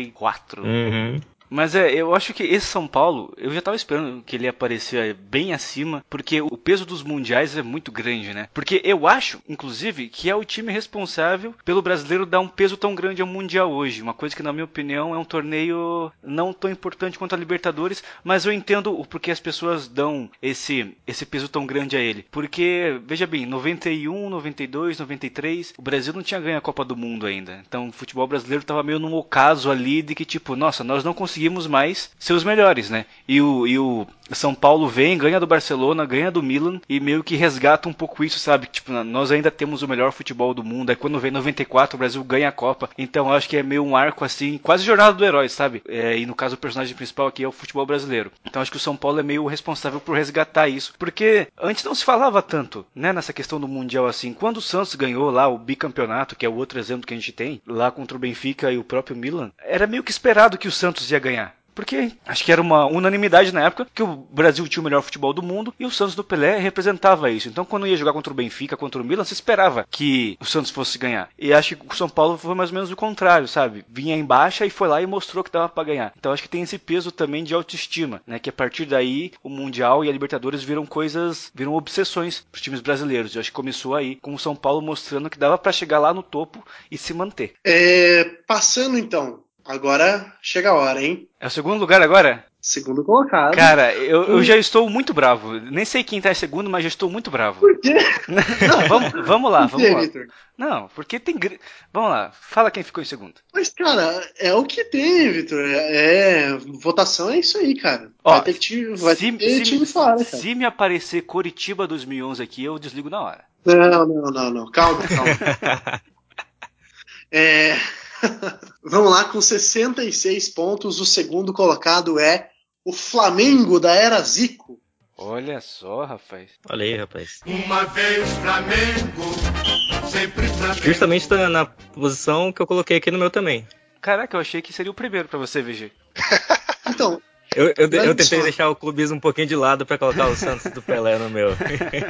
94. Uhum. Mas eu acho que esse São Paulo, eu já tava esperando que ele ia aparecer bem acima, porque o peso dos mundiais é muito grande, né? Porque eu acho, inclusive, que é o time responsável pelo brasileiro dar um peso tão grande ao Mundial hoje. Uma coisa que, na minha opinião, é um torneio não tão importante quanto a Libertadores, mas eu entendo o porquê as pessoas dão esse peso tão grande a ele. Porque, veja bem, 91, 92, 93, o Brasil não tinha ganho a Copa do Mundo ainda. Então o futebol brasileiro tava meio num ocaso ali de que, tipo, nossa, nós não conseguimos mais ser os melhores, né? E o São Paulo vem, ganha do Barcelona, ganha do Milan e meio que resgata um pouco isso, sabe? Tipo, nós ainda temos o melhor futebol do mundo. Aí quando vem 94, o Brasil ganha a Copa. Então eu acho que é meio um arco assim, quase jornada do herói, sabe? E no caso o personagem principal aqui é o futebol brasileiro. Então acho que o São Paulo é meio responsável por resgatar isso. Porque antes não se falava tanto, né? Nessa questão do Mundial assim. Quando o Santos ganhou lá o bicampeonato, que é o outro exemplo que a gente tem, lá contra o Benfica e o próprio Milan, era meio que esperado que o Santos ia ganhar. Porque acho que era uma unanimidade na época que o Brasil tinha o melhor futebol do mundo e o Santos do Pelé representava isso. Então quando ia jogar contra o Benfica, contra o Milan, se esperava que o Santos fosse ganhar. E acho que o São Paulo foi mais ou menos o contrário, sabe? Vinha em baixa e foi lá e mostrou que dava pra ganhar. Então acho que tem esse peso também de autoestima, né? Que a partir daí o Mundial e a Libertadores viram obsessões pros times brasileiros. Eu acho que começou aí com o São Paulo mostrando que dava pra chegar lá no topo e se manter. Passando então. Agora chega a hora, hein? É o segundo lugar agora? Segundo colocado. Cara, eu já estou muito bravo. Nem sei quem tá em segundo, mas já estou muito bravo. Por quê? Não, vamos lá. Victor? Não, porque tem... Vamos lá, fala quem ficou em segundo. Mas, cara, é o que tem, Vitor. Votação é isso aí, cara. Ó, vai ter time fora, cara. Se me aparecer Coritiba 2011 aqui, eu desligo na hora. Não. Calma. Vamos lá, com 66 pontos, o segundo colocado é o Flamengo da era Zico. Olha só, rapaz. Olha aí, rapaz. Uma vez Flamengo, sempre Flamengo. Justamente tá na posição que eu coloquei aqui no meu também. Caraca, eu achei que seria o primeiro pra você, VG. Então... Eu tentei deixar o clubismo um pouquinho de lado pra colocar o Santos do Pelé no meu.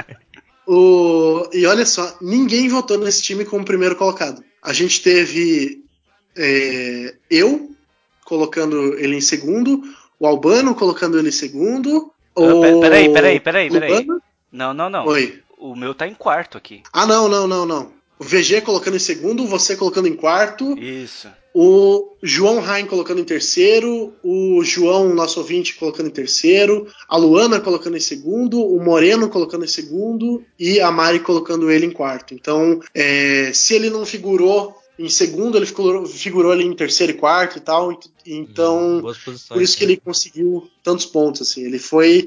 E olha só, ninguém votou nesse time como primeiro colocado. A gente teve eu colocando ele em segundo, o Albano colocando ele em segundo. Peraí. Não. Oi. O meu tá em quarto aqui. Ah, não. O VG colocando em segundo, você colocando em quarto. Isso. O João Rain colocando em terceiro, o João, nosso ouvinte, colocando em terceiro, a Luana colocando em segundo, o Moreno colocando em segundo e a Mari colocando ele em quarto. Então, se ele não figurou em segundo, ele figurou ali em terceiro e quarto e tal. Então, por isso que ele conseguiu tantos pontos. Assim. Ele foi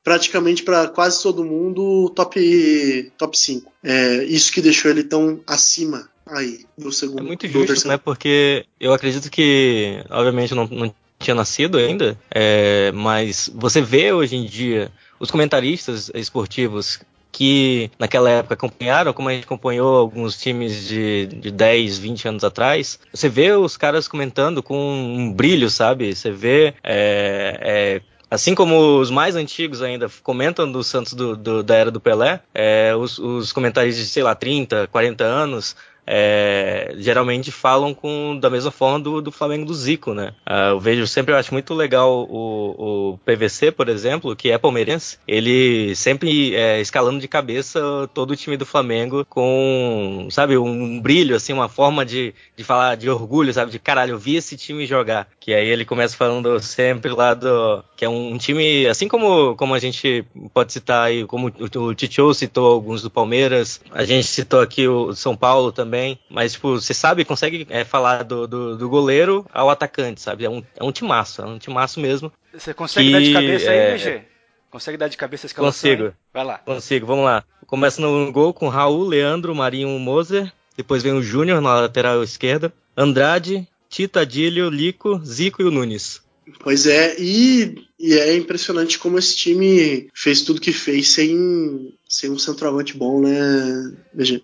praticamente para quase todo mundo top 5. Isso que deixou ele tão acima aí do segundo. É muito justo, né? Porque eu acredito que, obviamente, não tinha nascido ainda, mas você vê hoje em dia os comentaristas esportivos que naquela época acompanharam, como a gente acompanhou alguns times de 10, 20 anos atrás, você vê os caras comentando com um brilho, sabe? Você vê, assim como os mais antigos ainda comentam do Santos da era do Pelé, os comentaristas de, sei lá, 30, 40 anos, geralmente falam da mesma forma do Flamengo do Zico, né? Eu acho muito legal o PVC, por exemplo, que é palmeirense, ele sempre escalando de cabeça todo o time do Flamengo com, sabe, um brilho, assim, uma forma de falar de orgulho, sabe, de caralho, eu vi esse time jogar, que aí ele começa falando sempre lá que é um time, assim como a gente pode citar aí, como o Titio citou alguns do Palmeiras, a gente citou aqui o São Paulo também, mas, tipo, você sabe, consegue falar do goleiro ao atacante, sabe? É um timaço mesmo. Você consegue dar de cabeça aí, VG? Consegue dar de cabeça a escalação? Consigo. Aí? Vai lá. Consigo, vamos lá. Começa no gol com Raul, Leandro, Marinho, Moser. Depois vem o Júnior na lateral esquerda. Andrade, Tita, Adílio, Lico, Zico e o Nunes. Pois é, e é impressionante como esse time fez tudo que fez sem um centroavante bom, né, VG?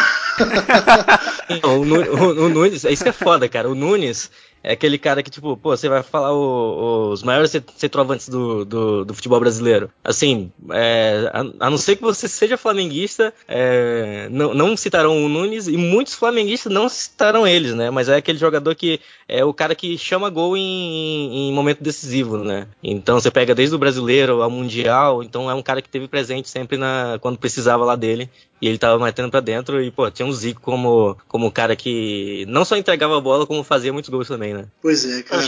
Não, o Nunes, é isso que é foda, cara. O Nunes é aquele cara que, tipo, pô, você vai falar os maiores centroavantes do futebol brasileiro. Assim, a não ser que você seja flamenguista, não citarão o Nunes, e muitos flamenguistas não citaram eles, né? Mas é aquele jogador que é o cara que chama gol em momento decisivo, né? Então você pega desde o brasileiro ao mundial, então é um cara que teve presente sempre quando precisava lá dele. E ele tava metendo pra dentro e, pô, tinha um Zico como o cara que não só entregava a bola, como fazia muitos gols também, né? Pois é, cara.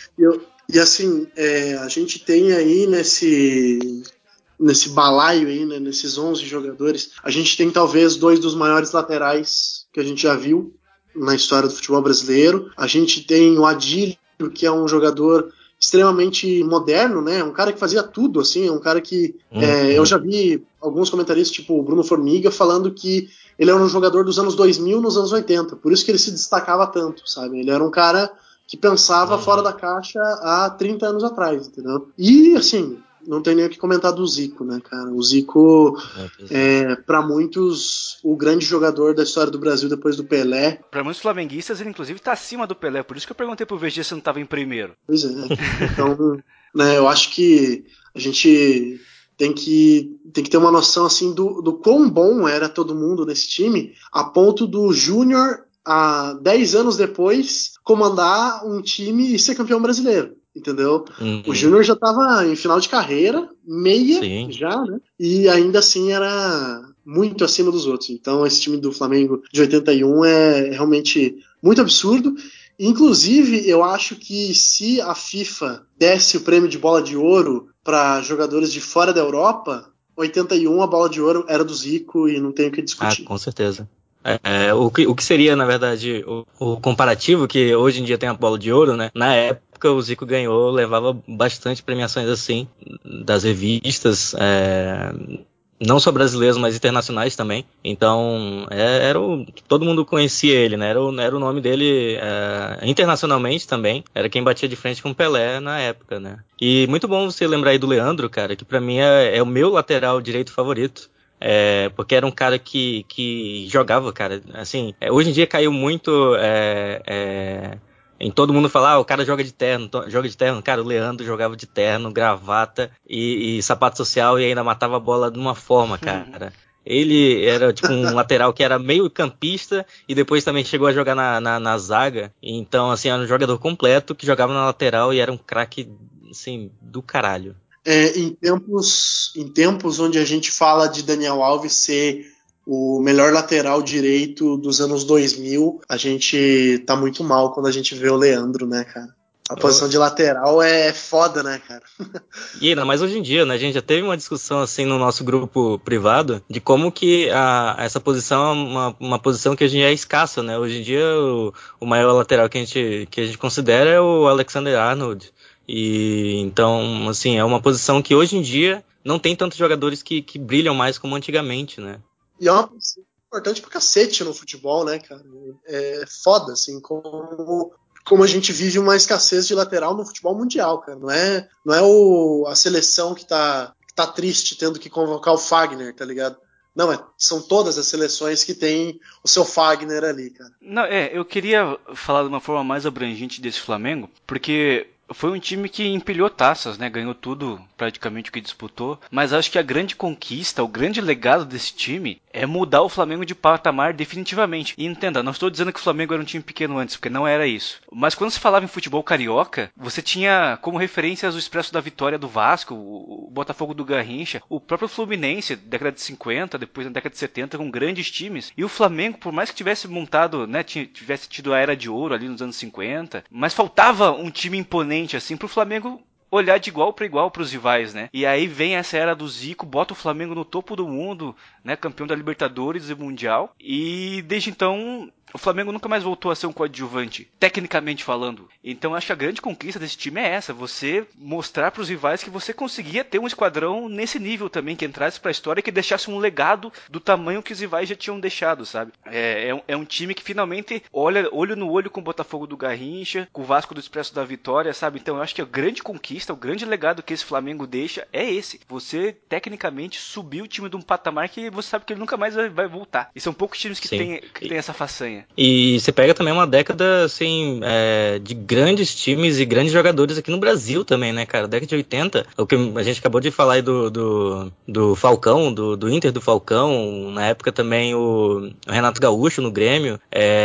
E assim, a gente tem aí nesse balaio aí, né, nesses 11 jogadores, a gente tem talvez 2 dos maiores laterais que a gente já viu na história do futebol brasileiro. A gente tem o Adílio, que é um jogador extremamente moderno, né? Um cara que fazia tudo, assim, um cara que eu já vi alguns comentaristas, tipo o Bruno Formiga, falando que ele era um jogador dos anos 2000 nos anos 80, por isso que ele se destacava tanto, sabe? Ele era um cara que pensava fora da caixa há 30 anos atrás, entendeu? E, assim, não tem nem o que comentar do Zico, né, cara? O Zico pra muitos, o grande jogador da história do Brasil depois do Pelé. Pra muitos flamenguistas, ele inclusive tá acima do Pelé, por isso que eu perguntei pro VG se não tava em primeiro. Pois é. Então, né, eu acho que a gente tem que ter uma noção, assim, do quão bom era todo mundo nesse time, a ponto do Júnior, 10 anos depois, comandar um time e ser campeão brasileiro. Entendeu? O Júnior já estava em final de carreira, Sim. já, né? E ainda assim era muito acima dos outros. Então esse time do Flamengo de 81 é realmente muito absurdo. Inclusive, eu acho que se a FIFA desse o prêmio de bola de ouro para jogadores de fora da Europa, 81 a bola de ouro era do Zico e não tem o que discutir. Com certeza. O que seria, na verdade, o comparativo, que hoje em dia tem a bola de ouro, né? Na época o Zico ganhou, levava bastante premiações assim, das revistas, não só brasileiros, mas internacionais também. Então, todo mundo conhecia ele, né? Era o nome dele internacionalmente também. Era quem batia de frente com o Pelé na época, né? E muito bom você lembrar aí do Leandro, cara, que pra mim é o meu lateral direito favorito. Porque era um cara que jogava, cara, assim, hoje em dia caiu muito em todo mundo falar, o cara joga de terno, cara, o Leandro jogava de terno, gravata e sapato social e ainda matava a bola de uma forma, cara. Ele era tipo um lateral que era meio campista e depois também chegou a jogar na zaga, então assim, era um jogador completo que jogava na lateral e era um craque, assim, do caralho. Em tempos onde a gente fala de Daniel Alves ser o melhor lateral direito dos anos 2000, a gente tá muito mal quando a gente vê o Leandro, né, cara? A posição de lateral é foda, né, cara? E ainda mais hoje em dia, né? A gente já teve uma discussão assim no nosso grupo privado de como que essa posição é uma posição que hoje em dia é escassa, né? Hoje em dia o maior lateral que a gente considera é o Alexander-Arnold. E então, assim, é uma posição que hoje em dia não tem tantos jogadores que brilham mais como antigamente, né? E é uma posição importante pra cacete no futebol, né, cara? É foda, assim, como a gente vive uma escassez de lateral no futebol mundial, cara. Não é a seleção que tá triste tendo que convocar o Fagner, tá ligado? Não, são todas as seleções que tem o seu Fagner ali, cara. Não, eu queria falar de uma forma mais abrangente desse Flamengo, porque foi um time que empilhou taças, né? Ganhou tudo praticamente o que disputou. Mas acho que a grande conquista, o grande legado desse time é mudar o Flamengo de patamar definitivamente. E entenda, não estou dizendo que o Flamengo era um time pequeno antes, porque não era isso. Mas quando se falava em futebol carioca, você tinha como referências o Expresso da Vitória do Vasco, o Botafogo do Garrincha, o próprio Fluminense, década de 50, depois na década de 70, com grandes times. E o Flamengo, por mais que tivesse montado, né, tivesse tido a Era de Ouro ali nos anos 50, mas faltava um time imponente assim pro Flamengo olhar de igual para igual pros rivais, né? E aí vem essa era do Zico, bota o Flamengo no topo do mundo, né? Campeão da Libertadores e Mundial. E desde então o Flamengo nunca mais voltou a ser um coadjuvante, tecnicamente falando. Então acho que a grande conquista desse time é essa, você mostrar pros rivais que você conseguia ter um esquadrão nesse nível também, que entrasse pra história e que deixasse um legado do tamanho que os rivais já tinham deixado, sabe? É um time que finalmente olha olho no olho com o Botafogo do Garrincha, com o Vasco do Expresso da Vitória, sabe? Então eu acho que a grande conquista, o grande legado que esse Flamengo deixa é esse. Você, tecnicamente, subiu o time de um patamar que você sabe que ele nunca mais vai voltar. E são poucos times que tem essa façanha. E você pega também uma década, assim, de grandes times e grandes jogadores aqui no Brasil também, né, cara? Década de 80, o que a gente acabou de falar aí do Falcão, do Inter do Falcão, na época também o Renato Gaúcho no Grêmio,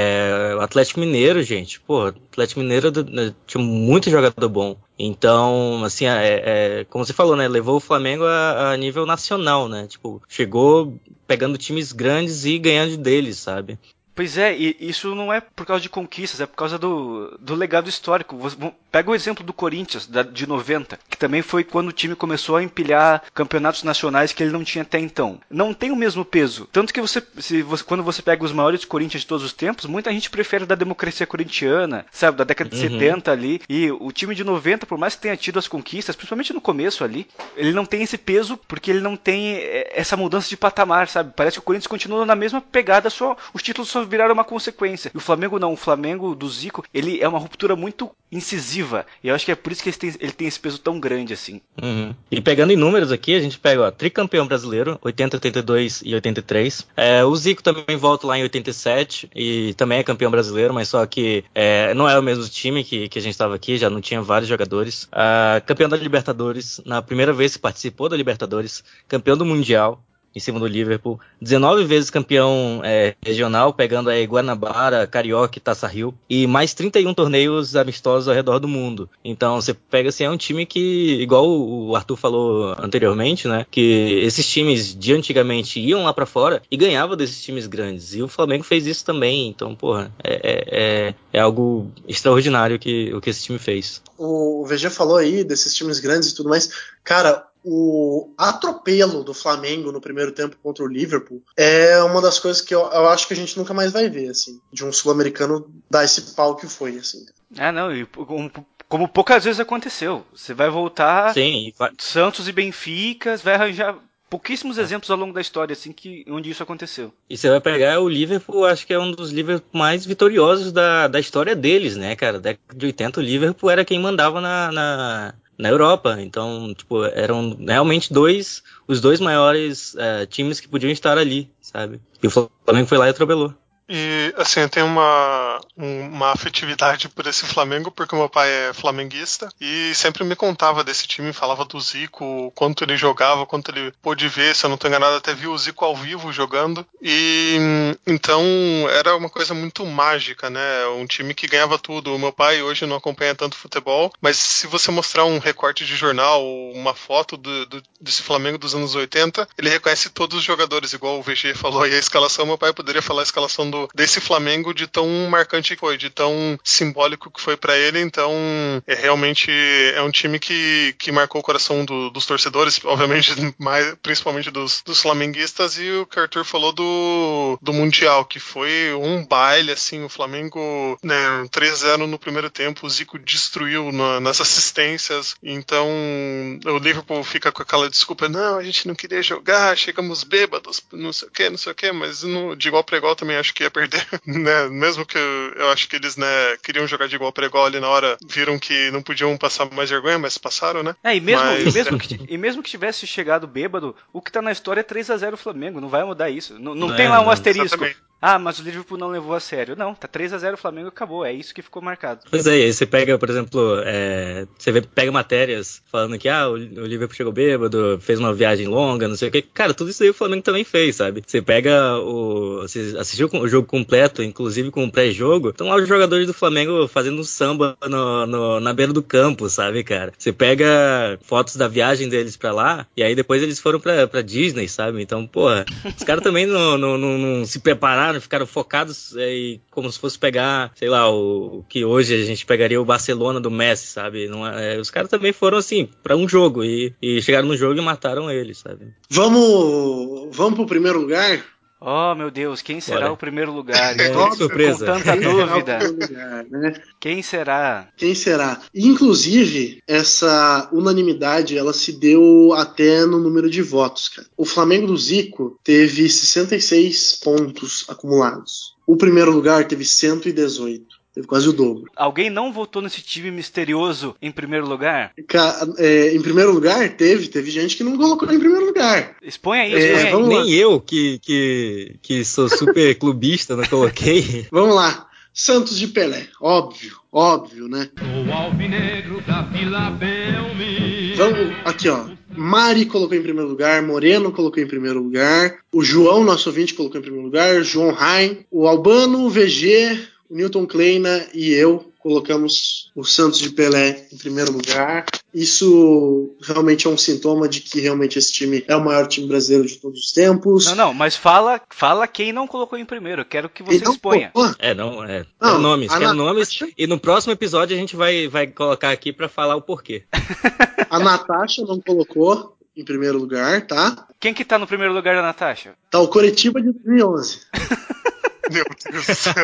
o Atlético Mineiro, gente, pô, o Atlético Mineiro tinha muito jogador bom. Então, assim, como você falou, né, levou o Flamengo a nível nacional, né, tipo, chegou pegando times grandes e ganhando deles, sabe? Pois é, e isso não é por causa de conquistas, é por causa do legado histórico. Pega o exemplo do Corinthians, de 90, que também foi quando o time começou a empilhar campeonatos nacionais que ele não tinha até então. Não tem o mesmo peso. Tanto que quando você pega os maiores Corinthians de todos os tempos, muita gente prefere da democracia corintiana, sabe, da década de 70 ali. E o time de 90, por mais que tenha tido as conquistas, principalmente no começo ali, ele não tem esse peso porque ele não tem essa mudança de patamar, sabe? Parece que o Corinthians continua na mesma pegada, só os títulos só viraram uma consequência. E o Flamengo não, o Flamengo do Zico, ele é uma ruptura muito incisiva. E eu acho que é por isso que ele tem esse peso tão grande assim. E pegando em números aqui, a gente pega, ó, tricampeão brasileiro, 80, 82 e 83. O Zico também volta lá em 87 e também é campeão brasileiro, mas só que não é o mesmo time que a gente estava aqui, já não tinha vários jogadores. Campeão da Libertadores, na primeira vez que participou da Libertadores, campeão do Mundial, em cima do Liverpool, 19 vezes campeão regional, pegando aí Guanabara, Carioca e Taça Rio, e mais 31 torneios amistosos ao redor do mundo. Então você pega assim, é um time que, igual o Arthur falou anteriormente, né, que esses times de antigamente iam lá pra fora e ganhavam desses times grandes, e o Flamengo fez isso também. Então, porra, é algo extraordinário o que esse time fez. O VG falou aí desses times grandes e tudo mais, cara, o atropelo do Flamengo no primeiro tempo contra o Liverpool é uma das coisas que eu acho que a gente nunca mais vai ver, assim, de um sul-americano dar esse pau que foi, assim. Não, e como poucas vezes aconteceu. Você vai voltar, Sim, Santos e Benfica, vai arranjar pouquíssimos exemplos ao longo da história, assim, onde isso aconteceu. E você vai pegar o Liverpool, acho que é um dos Liverpool mais vitoriosos da história deles, né, cara? Década de 80, o Liverpool era quem mandava na Europa. Então, tipo, eram realmente os dois maiores times que podiam estar ali, sabe? E o Flamengo foi lá e atropelou. E, assim, eu tenho uma afetividade por esse Flamengo, porque meu pai é flamenguista, e sempre me contava desse time, falava do Zico, quanto ele jogava, quanto ele pôde ver, se eu não estou enganado, até viu o Zico ao vivo jogando, e então era uma coisa muito mágica, né, um time que ganhava tudo. O meu pai hoje não acompanha tanto futebol, mas se você mostrar um recorte de jornal, uma foto desse Flamengo dos anos 80, ele reconhece todos os jogadores, igual o VG falou aí a escalação. Meu pai poderia falar a escalação do desse Flamengo de tão marcante que foi, de tão simbólico que foi pra ele. Então, realmente é um time que marcou o coração dos torcedores, obviamente, principalmente dos flamenguistas. E o que o Arthur falou do Mundial, que foi um baile, assim, o Flamengo, né, 3-0 no primeiro tempo, o Zico destruiu nas assistências. Então, o Liverpool fica com aquela desculpa, não, a gente não queria jogar, chegamos bêbados, não sei o que, mas de igual para igual também acho que ia perder, né? Mesmo que eu acho que eles, né, queriam jogar de igual para igual ali na hora, viram que não podiam passar mais vergonha, mas passaram, né? E mesmo que tivesse chegado bêbado, o que tá na história é 3-0 o Flamengo, não vai mudar isso. Não tem lá um asterisco. Exatamente. Ah, mas o Liverpool não levou a sério. Não, tá 3-0 o Flamengo, acabou. É isso que ficou marcado. Pois é, aí você pega, por exemplo, pega matérias falando que o Liverpool chegou bêbado, fez uma viagem longa, não sei o que. Cara, tudo isso aí o Flamengo também fez, sabe? Você pega você assistiu o jogo completo, inclusive com o pré-jogo, estão lá os jogadores do Flamengo fazendo um samba na beira do campo, sabe, cara? Você pega fotos da viagem deles pra lá, e aí depois eles foram pra Disney, sabe? Então, porra, os caras também não se prepararam, ficaram focados como se fosse pegar, sei lá, o que hoje a gente pegaria o Barcelona do Messi, sabe? Os caras também foram assim, pra um jogo, e chegaram no jogo e mataram eles, sabe? Vamos pro primeiro lugar? Oh, meu Deus, quem será o primeiro lugar? Que surpresa. Com tanta dúvida. Lugar, né? Quem será? Quem será? Inclusive, essa unanimidade, ela se deu até no número de votos, cara. O Flamengo do Zico teve 66 pontos acumulados. O primeiro lugar teve 118. Teve quase o dobro. Alguém não votou nesse time misterioso em primeiro lugar? Em primeiro lugar, teve gente que não colocou em primeiro lugar. Expõe aí, expõe aí. Nem eu, que sou super clubista, não coloquei. Vamos lá. Santos de Pelé. Óbvio, né? O alvinegro da Vila Belmiro. Vamos, aqui ó. Mari colocou em primeiro lugar, Moreno colocou em primeiro lugar, o João, nosso ouvinte, colocou em primeiro lugar, João Rain, o Albano, o VG, o Newton Kleina e eu colocamos o Santos de Pelé em primeiro lugar. Isso realmente é um sintoma de que realmente esse time é o maior time brasileiro de todos os tempos. Não, mas fala quem não colocou em primeiro. Eu quero que você exponha. Quero nomes. E no próximo episódio a gente vai colocar aqui pra falar o porquê. A Natasha não colocou em primeiro lugar, tá? Quem que tá no primeiro lugar da Natasha? Tá o Coritiba de 2011. Meu Deus do céu.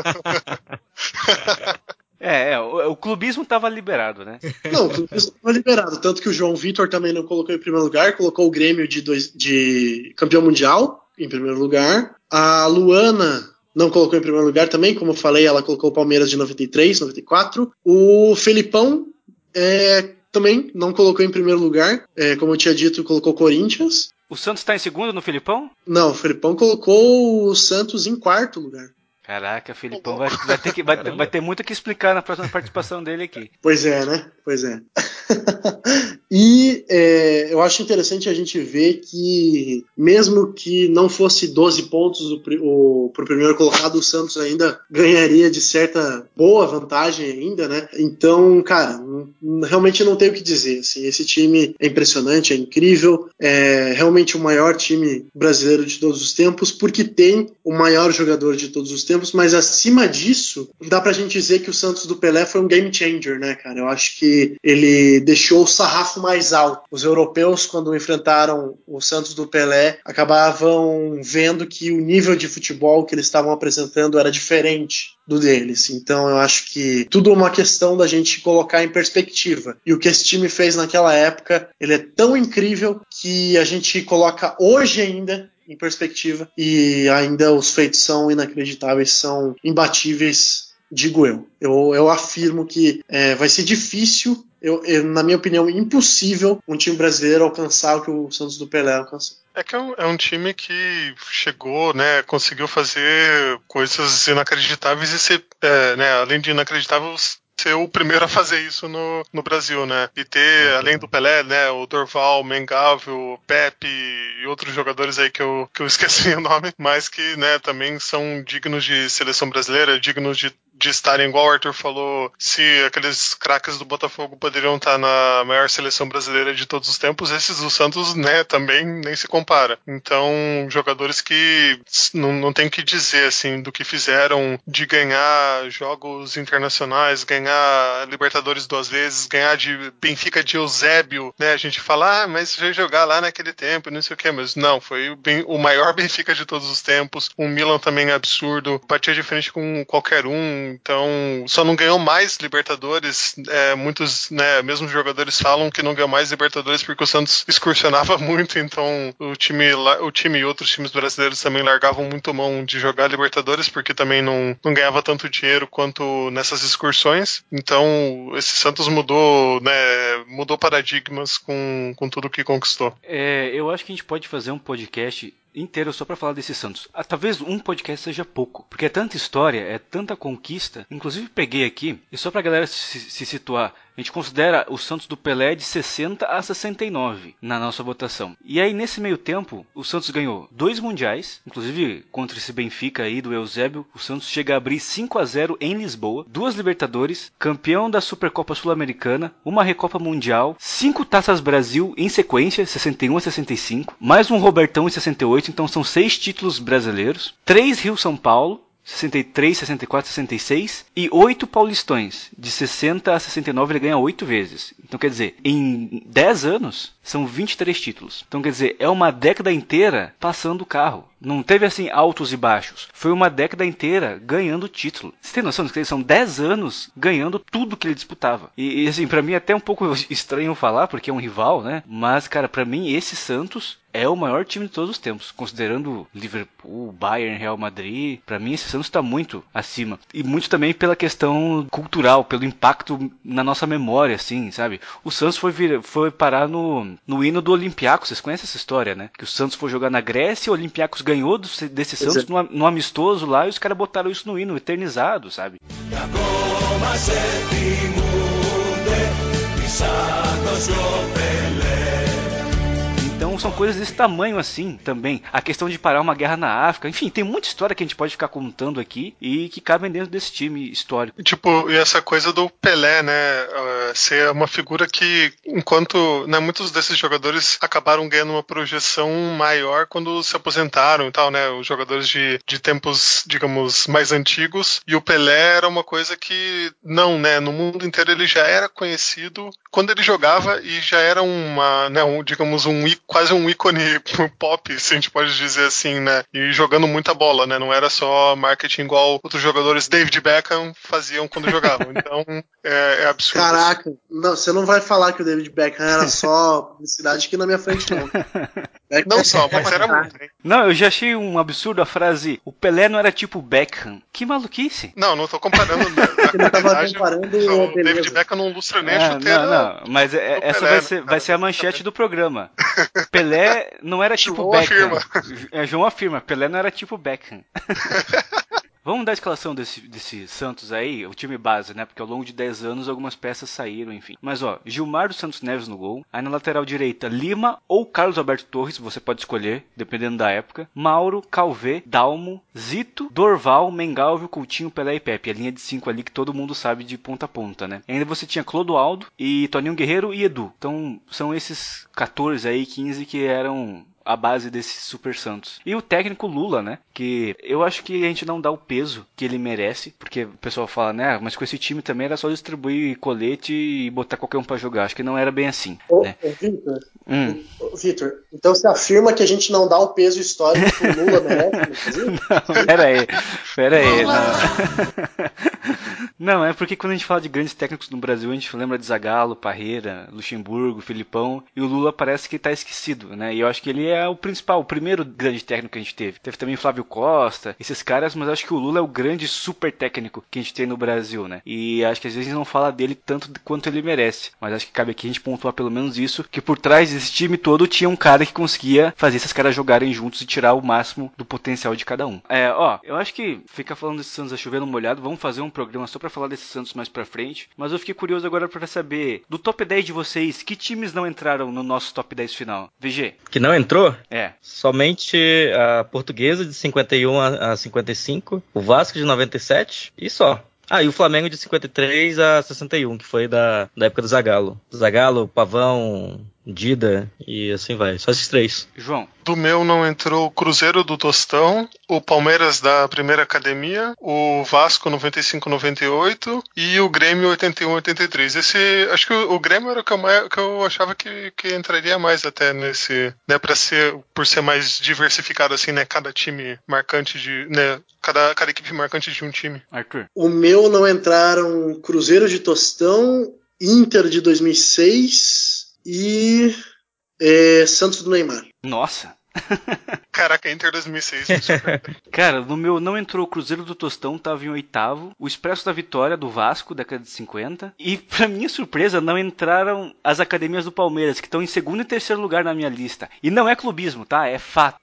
O clubismo tava liberado, né? Não, o clubismo tava liberado. Tanto que o João Vitor também não colocou em primeiro lugar, colocou o Grêmio de campeão mundial em primeiro lugar. A Luana não colocou em primeiro lugar também, como eu falei, ela colocou o Palmeiras de 93, 94. O Felipão também não colocou em primeiro lugar, como eu tinha dito, colocou o Corinthians. O Santos tá em segundo no Filipão? Não, o Felipão colocou o Santos em quarto lugar. Caraca, o Filipão vai ter muito o que explicar na próxima participação dele aqui. Pois é, né? Pois é. E eu acho interessante a gente ver que, mesmo que não fosse 12 pontos pro primeiro colocado, o Santos ainda ganharia de certa boa vantagem ainda, né? Então, cara, realmente não tenho o que dizer. Assim, esse time é impressionante, é incrível, é realmente o maior time brasileiro de todos os tempos, porque tem o maior jogador de todos os tempos, mas acima disso, dá pra gente dizer que o Santos do Pelé foi um game changer, né, cara? Eu acho que ele deixou o sarrafo mais alto. Os europeus, quando enfrentaram o Santos do Pelé, acabavam vendo que o nível de futebol que eles estavam apresentando era diferente do deles. Então eu acho que tudo é uma questão da gente colocar em perspectiva. E o que esse time fez naquela época, ele é tão incrível que a gente coloca hoje ainda em perspectiva, e ainda os feitos são inacreditáveis, são imbatíveis, digo eu. Eu afirmo que vai ser difícil, na minha opinião, impossível um time brasileiro alcançar o que o Santos do Pelé alcançou. É que é um time que chegou, né, conseguiu fazer coisas inacreditáveis e ser, né, além de inacreditáveis, ser o primeiro a fazer isso no Brasil, né? E ter, além do Pelé, né, o Dorval, Mengável, Pepe e outros jogadores aí que eu esqueci o nome, mas que, né, também são dignos de seleção brasileira, dignos de estarem, igual o Arthur falou, se aqueles craques do Botafogo poderiam estar na maior seleção brasileira de todos os tempos, esses do Santos, né, também nem se compara. Então, jogadores que não tem que dizer, assim, do que fizeram de ganhar jogos internacionais, ganhar Libertadores 2 vezes, ganhar de Benfica de Eusébio, né, a gente fala, mas vai jogar lá naquele tempo, não sei o que, mas não, foi o maior Benfica de todos os tempos, um Milan também absurdo, batia de frente com qualquer um, então só não ganhou mais Libertadores, muitos, né, mesmo jogadores falam que não ganhou mais Libertadores porque o Santos excursionava muito, então o time e outros times brasileiros também largavam muito mão de jogar Libertadores porque também não ganhava tanto dinheiro quanto nessas excursões, então esse Santos mudou, né, mudou paradigmas com tudo que conquistou. Eu acho que a gente pode fazer um podcast inteiro só pra falar desse Santos. Talvez um podcast seja pouco, porque é tanta história, é tanta conquista. Inclusive peguei aqui, e só pra galera se situar, a gente considera o Santos do Pelé de 60 a 69 na nossa votação. E aí nesse meio tempo, o Santos ganhou 2 mundiais, inclusive contra esse Benfica aí do Eusébio, o Santos chega a abrir 5-0 em Lisboa, 2 Libertadores, campeão da Supercopa Sul-Americana, uma Recopa Mundial, 5 Taças Brasil em sequência, 61 a 65, mais um Robertão em 68, então são 6 títulos brasileiros, 3 Rio-São Paulo, 63, 64, 66 e 8 paulistões. De 60 a 69 ele ganha 8 vezes. Então quer dizer, em 10 anos são 23 títulos. Então quer dizer, é uma década inteira passando o carro. Não teve assim altos e baixos. Foi uma década inteira ganhando título. Você tem noção que são 10 anos ganhando tudo que ele disputava. E assim, pra mim é até um pouco estranho falar, porque é um rival, né? Mas, cara, pra mim esse Santos é o maior time de todos os tempos. Considerando Liverpool, Bayern, Real Madrid, pra mim esse Santos está muito acima. E muito também pela questão cultural, pelo impacto na nossa memória, assim, sabe? O Santos foi parar no hino do Olympiacos. Vocês conhecem essa história, né? Que o Santos foi jogar na Grécia, o Olympiacos ganhou desse Santos no amistoso lá e os caras botaram isso no hino, eternizado, sabe? Então são coisas desse tamanho assim também. A questão de parar uma guerra na África. Enfim, tem muita história que a gente pode ficar contando aqui e que cabem dentro desse time histórico. Tipo, e essa coisa do Pelé, né? Ser uma figura que, enquanto, né, muitos desses jogadores acabaram ganhando uma projeção maior quando se aposentaram e tal, né? Os jogadores de tempos, digamos, mais antigos. E o Pelé era uma coisa que, não, né? No mundo inteiro ele já era conhecido quando ele jogava e já era digamos, quase um ícone pop, se a gente pode dizer assim, né? E jogando muita bola, né? Não era só marketing igual outros jogadores David Beckham faziam quando jogavam. Então, é absurdo. Caraca, não, você não vai falar que o David Beckham era só publicidade aqui na minha frente, não. Não só, mas era muito, hein? Não, eu já achei um absurdo a frase, o Pelé não era tipo Beckham. Que maluquice. Não tô comparando. Ele tava comparando o David Beckham não lustra nem a chuteira. Não, mas essa Pelé, vai ser a manchete do programa. Pelé não era tipo João Beckham. Afirma. João afirma, Pelé não era tipo Beckham. Vamos dar a escalação desse Santos aí, o time base, né? Porque ao longo de 10 anos algumas peças saíram, enfim. Mas ó, Gilmar dos Santos Neves no gol. Aí na lateral direita, Lima ou Carlos Alberto Torres, você pode escolher, dependendo da época. Mauro, Calvé, Dalmo, Zito, Dorval, Mengalvio, Coutinho, Pelé e Pepe. A linha de 5 ali que todo mundo sabe de ponta a ponta, né? E ainda você tinha Clodoaldo e Toninho Guerreiro e Edu. Então são esses 14 aí, 15 que eram a base desse Super Santos. E o técnico Lula, né? Que eu acho que a gente não dá o peso que ele merece, porque o pessoal fala, né? Mas com esse time também era só distribuir colete e botar qualquer um pra jogar. Acho que não era bem assim, né? Vitor, então você afirma que a gente não dá o peso histórico que o Lula merece? Não, pera aí. Não, é porque quando a gente fala de grandes técnicos no Brasil, a gente lembra de Zagallo, Parreira, Luxemburgo, Filipão, e o Lula parece que tá esquecido, né? E eu acho que ele é o principal, o primeiro grande técnico que a gente teve. Teve também Flávio Costa, esses caras, mas eu acho que o Lula é o grande super técnico que a gente tem no Brasil, né? E acho que às vezes a gente não fala dele tanto quanto ele merece, mas acho que cabe aqui a gente pontuar pelo menos isso, que por trás desse time todo tinha um cara que conseguia fazer esses caras jogarem juntos e tirar o máximo do potencial de cada um. Eu acho que ficar falando desse Santos a chover no molhado, vamos fazer um programa só pra falar desse Santos mais pra frente, mas eu fiquei curioso agora pra saber, do top 10 de vocês, que times não entraram no nosso top 10 final? VG? Que não entrou? É. Somente a Portuguesa de 51 a 55, o Vasco de 97 e só. E o Flamengo de 53 a 61, que foi da época do Zagallo. Zagallo, Pavão, Dida e assim vai. Só esses 3. João. Do meu não entrou o Cruzeiro do Tostão, o Palmeiras da primeira academia, o Vasco 95-98 e o Grêmio 81-83. Acho que o Grêmio era o que eu achava que entraria mais até nesse, né, por ser mais diversificado assim, né, cada time marcante né, cada equipe marcante de um time. Arthur. O meu não entraram Cruzeiro de Tostão, Inter de 2006 e Santos do Neymar. Nossa. Caraca, Inter 2006. Cara, no meu não entrou o Cruzeiro do Tostão, tava em 8º, o Expresso da Vitória do Vasco, década de 50, e pra minha surpresa não entraram as academias do Palmeiras, que estão em 2º e 3º lugar na minha lista. E não é clubismo, tá? É fato.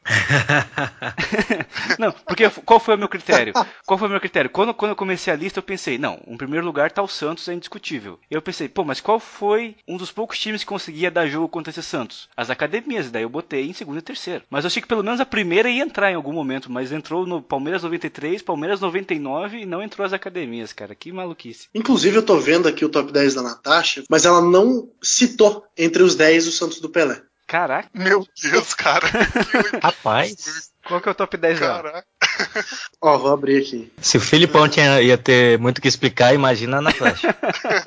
Não, porque qual foi o meu critério? Quando eu comecei a lista eu pensei, não, em primeiro lugar tá o Santos, é indiscutível. Eu pensei, mas qual foi um dos poucos times que conseguia dar jogo contra esse Santos? As academias, daí eu botei em 2º e 3º. Mas eu achei que pelo menos a primeira ia entrar em algum momento, mas entrou no Palmeiras 93, Palmeiras 99 e não entrou as academias, cara. Que maluquice. Inclusive eu tô vendo aqui o top 10 da Natasha, mas ela não citou entre os 10 o Santos do Pelé. Caraca. Meu Deus, cara. Rapaz. Qual que é o top 10 dela? Caraca. Ó, vou abrir aqui. Se o Filipão ia ter muito o que explicar, imagina a Natasha.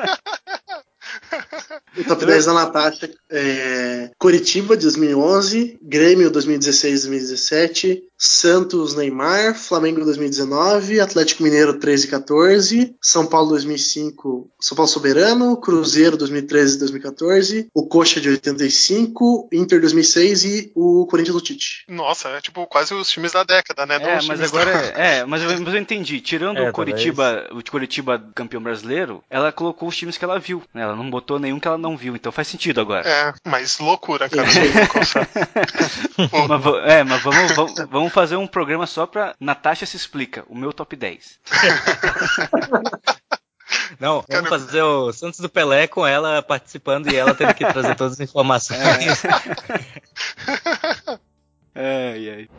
O top 10 da Natasha é Coritiba, 2011, Grêmio, 2016-2017, Santos, Neymar, Flamengo, 2019, Atlético Mineiro, 13 e 14, São Paulo, 2005, São Paulo Soberano, Cruzeiro, 2013-2014, o Coxa, de 85, Inter, 2006 e o Corinthians do Tite. Nossa, é tipo quase os times da década, né? Mas agora mas eu entendi. Tirando o Coritiba campeão brasileiro, ela colocou os times que ela viu, né? Ela não botou nenhum que ela não viu, então faz sentido agora. Mas loucura, cara. Mas vamos fazer um programa só pra Natasha se explica, o meu top 10. Não, vamos fazer o Santos do Pelé com ela participando e ela tendo que trazer todas as informações. Ai.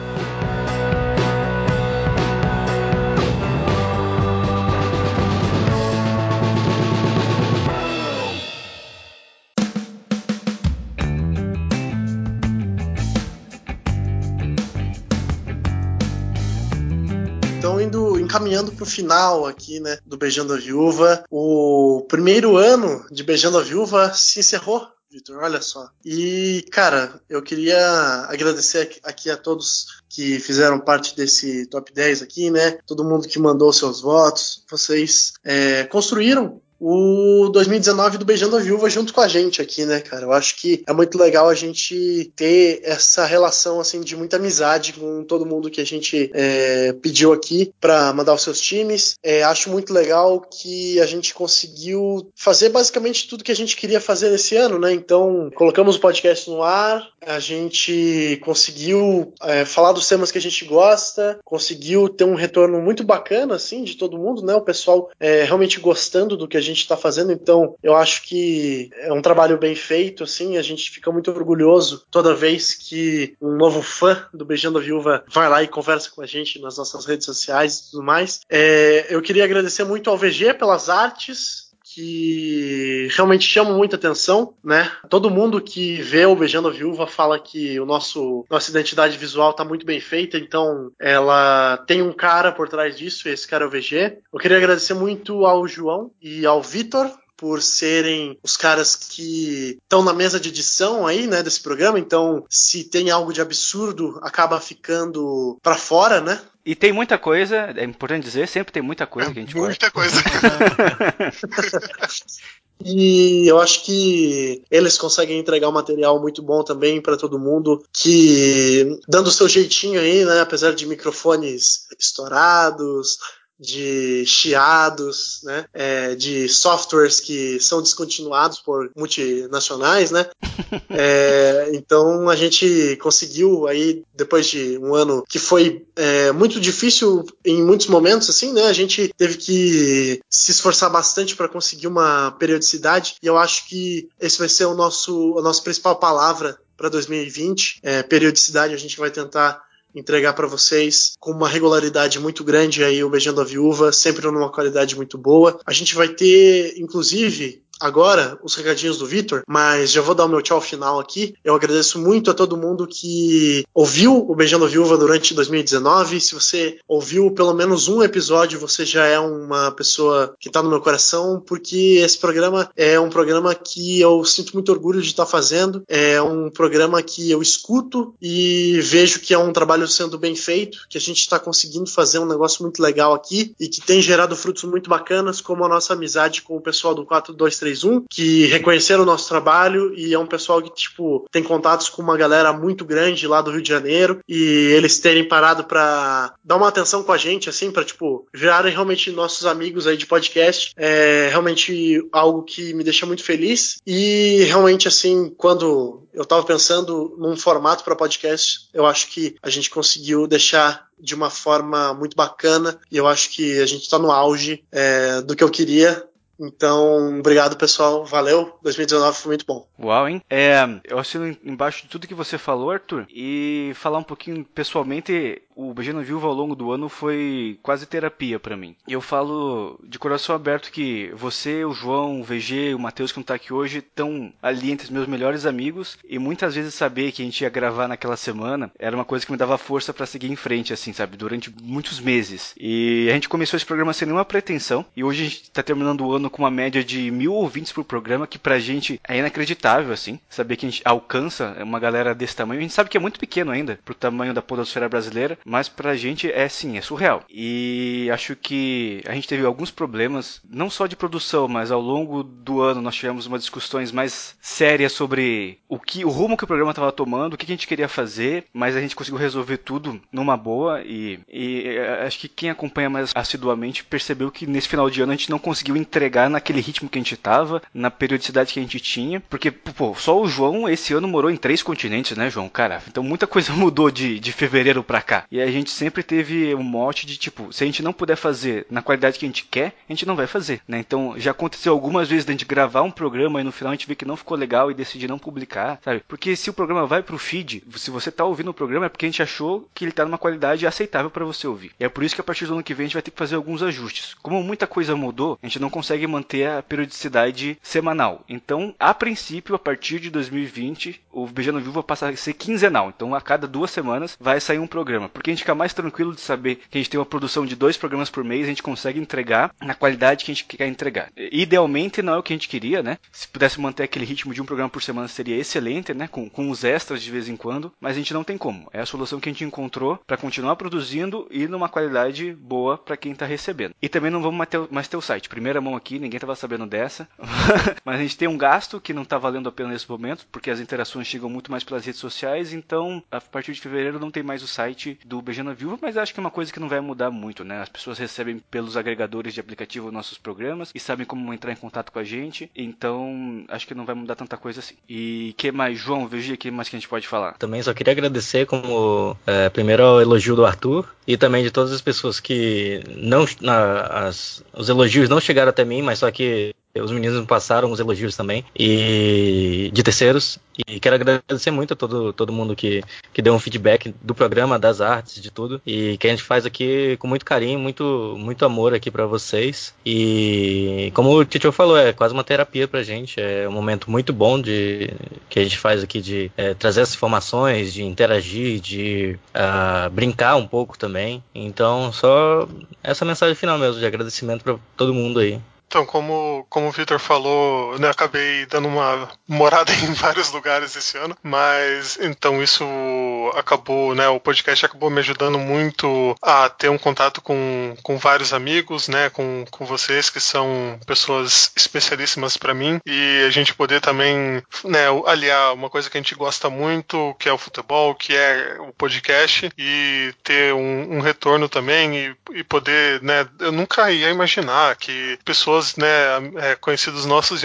Então, encaminhando para o final aqui, né, do Beijando a Viúva, o primeiro ano de Beijando a Viúva se encerrou, Vitor, olha só. E, cara, eu queria agradecer aqui a todos que fizeram parte desse top 10 aqui, né, todo mundo que mandou seus votos, vocês construíram o 2019 do Beijando a Viúva junto com a gente aqui, né, cara? Eu acho que é muito legal a gente ter essa relação, assim, de muita amizade com todo mundo que a gente pediu aqui pra mandar os seus times. Acho muito legal que a gente conseguiu fazer basicamente tudo que a gente queria fazer nesse ano, né? Então, colocamos o podcast no ar, a gente conseguiu falar dos temas que a gente gosta, conseguiu ter um retorno muito bacana, assim, de todo mundo, né? O pessoal realmente gostando do que a gente está fazendo, então eu acho que é um trabalho bem feito, assim, a gente fica muito orgulhoso toda vez que um novo fã do Beijando a Viúva vai lá e conversa com a gente nas nossas redes sociais e tudo mais. Eu queria agradecer muito ao VG pelas artes, que realmente chamam muita atenção, né? Todo mundo que vê o Beijando a Viúva fala que nossa identidade visual tá muito bem feita, então ela tem um cara por trás disso, e esse cara é o VG. Eu queria agradecer muito ao João e ao Vitor por serem os caras que estão na mesa de edição aí, né, desse programa, então se tem algo de absurdo, acaba ficando pra fora, né? E tem muita coisa, é importante dizer, sempre tem muita coisa que a gente muita coisa. E eu acho que eles conseguem entregar um material muito bom também para todo mundo, que dando o seu jeitinho aí, né, apesar de microfones estourados, de chiados, né, de softwares que são descontinuados por multinacionais, né, então a gente conseguiu aí, depois de um ano que foi muito difícil em muitos momentos, assim, né, a gente teve que se esforçar bastante para conseguir uma periodicidade, e eu acho que esse vai ser a nossa principal palavra para 2020, periodicidade. A gente vai tentar entregar para vocês com uma regularidade muito grande aí o Beijando a Viúva, sempre numa qualidade muito boa. A gente vai ter, inclusive, agora os recadinhos do Vitor, mas já vou dar o meu tchau final aqui. Eu agradeço muito a todo mundo que ouviu o Beijando a Viúva durante 2019. Se você ouviu pelo menos um episódio, você já é uma pessoa que tá no meu coração, porque esse programa é um programa que eu sinto muito orgulho de estar fazendo. É um programa que eu escuto e vejo que é um trabalho sendo bem feito, que a gente está conseguindo fazer um negócio muito legal aqui e que tem gerado frutos muito bacanas, como a nossa amizade com o pessoal do 4231, que reconheceram o nosso trabalho, e é um pessoal que, tipo, tem contatos com uma galera muito grande lá do Rio de Janeiro, e eles terem parado pra dar uma atenção com a gente, assim, pra, tipo, virarem realmente nossos amigos aí de podcast, é realmente algo que me deixa muito feliz. E realmente, assim, quando eu tava pensando num formato para podcast, eu acho que a gente conseguiu deixar de uma forma muito bacana, e eu acho que a gente tá no auge do que eu queria. Então, obrigado, pessoal. Valeu. 2019 foi muito bom. Uau, hein? Eu assino embaixo de tudo que você falou, Arthur, e falar um pouquinho pessoalmente. O Beijando a Viúva ao longo do ano foi quase terapia pra mim. Eu falo de coração aberto que você, o João, o VG, o Matheus que não tá aqui hoje, estão ali entre os meus melhores amigos, e muitas vezes saber que a gente ia gravar naquela semana era uma coisa que me dava força pra seguir em frente, assim, sabe? Durante muitos meses. E a gente começou esse programa sem nenhuma pretensão, e hoje a gente tá terminando o ano com uma média de 1000 ouvintes por programa, que pra gente é inacreditável, assim, saber que a gente alcança uma galera desse tamanho. A gente sabe que é muito pequeno ainda pro tamanho da podosfera brasileira, mas pra gente é sim, é surreal. E acho que a gente teve alguns problemas, não só de produção, mas ao longo do ano nós tivemos umas discussões mais sérias sobre o rumo que o programa estava tomando, o que a gente queria fazer, mas a gente conseguiu resolver tudo numa boa, e acho que quem acompanha mais assiduamente percebeu que nesse final de ano a gente não conseguiu entregar naquele ritmo que a gente tava, na periodicidade que a gente tinha, porque, pô, só o João esse ano morou em 3 continentes, né, João? Cara, então muita coisa mudou de fevereiro pra cá. E a gente sempre teve um mote de, tipo, se a gente não puder fazer na qualidade que a gente quer, a gente não vai fazer, né? Então, já aconteceu algumas vezes da gente gravar um programa e no final a gente vê que não ficou legal e decidir não publicar, sabe? Porque se o programa vai pro feed, se você tá ouvindo o programa é porque a gente achou que ele tá numa qualidade aceitável pra você ouvir. E é por isso que a partir do ano que vem a gente vai ter que fazer alguns ajustes. Como muita coisa mudou, a gente não consegue manter a periodicidade semanal. Então, a princípio, a partir de 2020, o Beijando a Viúva passa a ser quinzenal. Então, a cada 2 semanas vai sair um programa. Porque a gente fica mais tranquilo de saber que a gente tem uma produção de 2 programas por mês, a gente consegue entregar na qualidade que a gente quer entregar. Idealmente, não é o que a gente queria, né? Se pudesse manter aquele ritmo de um programa por semana, seria excelente, né? Com os extras de vez em quando. Mas a gente não tem como. É a solução que a gente encontrou para continuar produzindo e numa qualidade boa para quem tá recebendo. E também não vamos mais ter o site. Primeira mão aqui, ninguém tava sabendo dessa. Mas a gente tem um gasto que não tá valendo a pena nesse momento, porque as interações chegam muito mais pelas redes sociais. Então, a partir de fevereiro não tem mais o site do Beijando a Viúva, mas acho que é uma coisa que não vai mudar muito, né? As pessoas recebem pelos agregadores de aplicativo nossos programas e sabem como entrar em contato com a gente. Então, acho que não vai mudar tanta coisa assim. E que mais, João, veja o que mais que a gente pode falar. Também só queria agradecer como primeiro ao elogio do Arthur e também de todas as pessoas que os elogios não chegaram até mim, mas só que os meninos me passaram os elogios também, e de terceiros. E quero agradecer muito a todo mundo que deu um feedback do programa, das artes, de tudo. E que a gente faz aqui com muito carinho, muito amor aqui pra vocês. E como o Tito falou, é quase uma terapia pra gente. É um momento muito bom que a gente faz aqui de trazer essas informações, de interagir, de brincar um pouco também. Então, só essa mensagem final mesmo, de agradecimento pra todo mundo aí. Então, como o Victor falou, né, acabei dando uma morada em vários lugares esse ano, mas então isso acabou, né, o podcast acabou me ajudando muito a ter um contato com vários amigos, né, com vocês que são pessoas especialíssimas para mim, e a gente poder também, né, aliar uma coisa que a gente gosta muito, que é o futebol, que é o podcast, e ter um retorno também e poder, né, eu nunca ia imaginar que pessoas, né, conhecidos nossos iam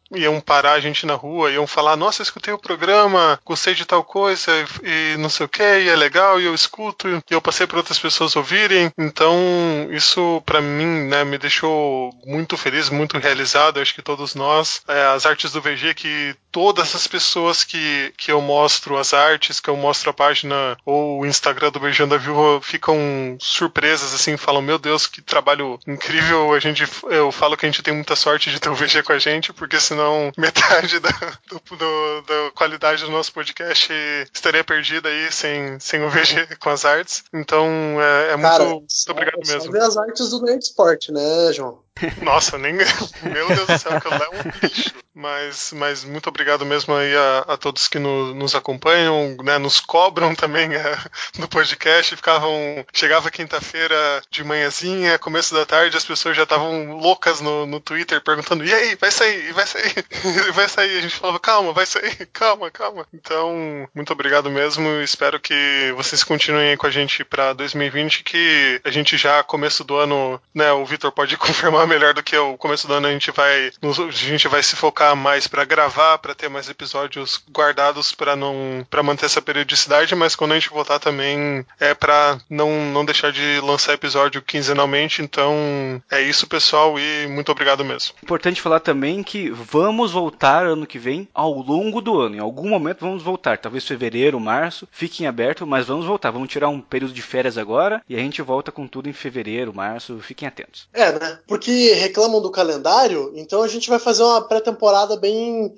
iam parar a gente na rua, iam falar, nossa, eu escutei o programa, gostei de tal coisa, e não sei o que, e é legal, e eu escuto, e eu passei para outras pessoas ouvirem. Então, isso pra mim, né, me deixou muito feliz, muito realizado. Acho que todos nós, as artes do VG, que todas as pessoas que eu mostro as artes, que eu mostro a página ou o Instagram do Beijando a Viúva, ficam surpresas, assim, falam, meu Deus, que trabalho incrível. Eu falo que a gente tem muita sorte de ter o VG com a gente, porque senão metade da qualidade do nosso podcast estaria perdida aí sem o VG com as artes. Então, muito obrigado mesmo. Só ver as artes do Nerd Sport, né, João? Nossa, nem... Meu Deus do céu, que eu levo um lixo. Mas muito obrigado mesmo aí a todos que nos acompanham, né, nos cobram também no podcast. Chegava quinta-feira de manhãzinha, começo da tarde, as pessoas já estavam loucas no Twitter perguntando, e aí, vai sair, vai sair, vai sair. A gente falava, calma, vai sair, calma. Então, muito obrigado mesmo. Espero que vocês continuem aí com a gente para 2020, que a gente já, começo do ano, né, o Vitor pode confirmar melhor do que eu, o começo do ano a gente vai se focar mais para gravar, para ter mais episódios guardados para manter essa periodicidade, mas quando a gente voltar também é para não deixar de lançar episódio quinzenalmente. Então é isso, pessoal, e muito obrigado mesmo. Importante falar também que vamos voltar ano que vem ao longo do ano. Em algum momento vamos voltar, talvez fevereiro, março, fiquem abertos, mas vamos voltar. Vamos tirar um período de férias agora e a gente volta com tudo em fevereiro, março, fiquem atentos. Né? Porque reclamam do calendário, então a gente vai fazer uma pré-temporada bem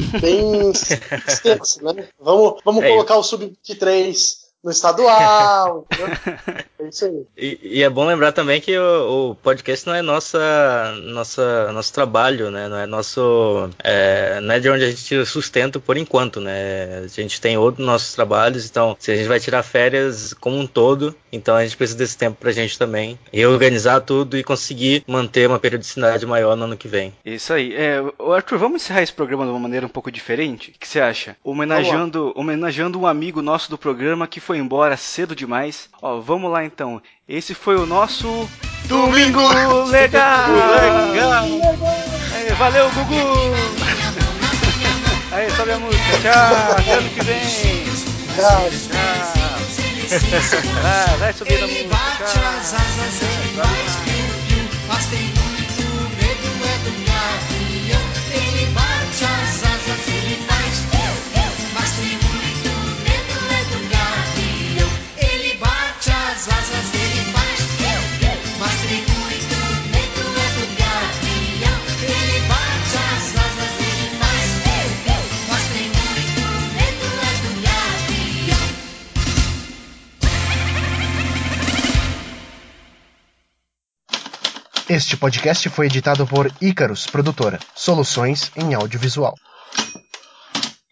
extensa, né? Vamos colocar o Sub-23 no estadual, entendeu? É isso aí. E é bom lembrar também que o podcast não é nosso trabalho, né? Não é não é de onde a gente tira sustento por enquanto, né? A gente tem outros nossos trabalhos, então se a gente vai tirar férias como um todo, então a gente precisa desse tempo pra gente também reorganizar tudo e conseguir manter uma periodicidade maior no ano que vem. Isso aí. Arthur, vamos encerrar esse programa de uma maneira um pouco diferente? O que você acha? Homenageando um amigo nosso do programa que foi embora cedo demais. Ó, vamos lá então. Esse foi o nosso Domingo Legal! Aí, valeu, Gugu! Aí, sobe a música. Tchau, até ano que vem! Tchau! Vai subir a música. Tchau! Mas tem muito medo, é do gavião. Ele bate as asas, ele faz mas tem muito medo, é do gavião. Ele bate as asas, ele faz mas tem muito medo, é do gavião. Ele bate as asas, ele faz mas tem muito medo, é do gavião. Este podcast foi editado por Ícaros Produtora, soluções em audiovisual.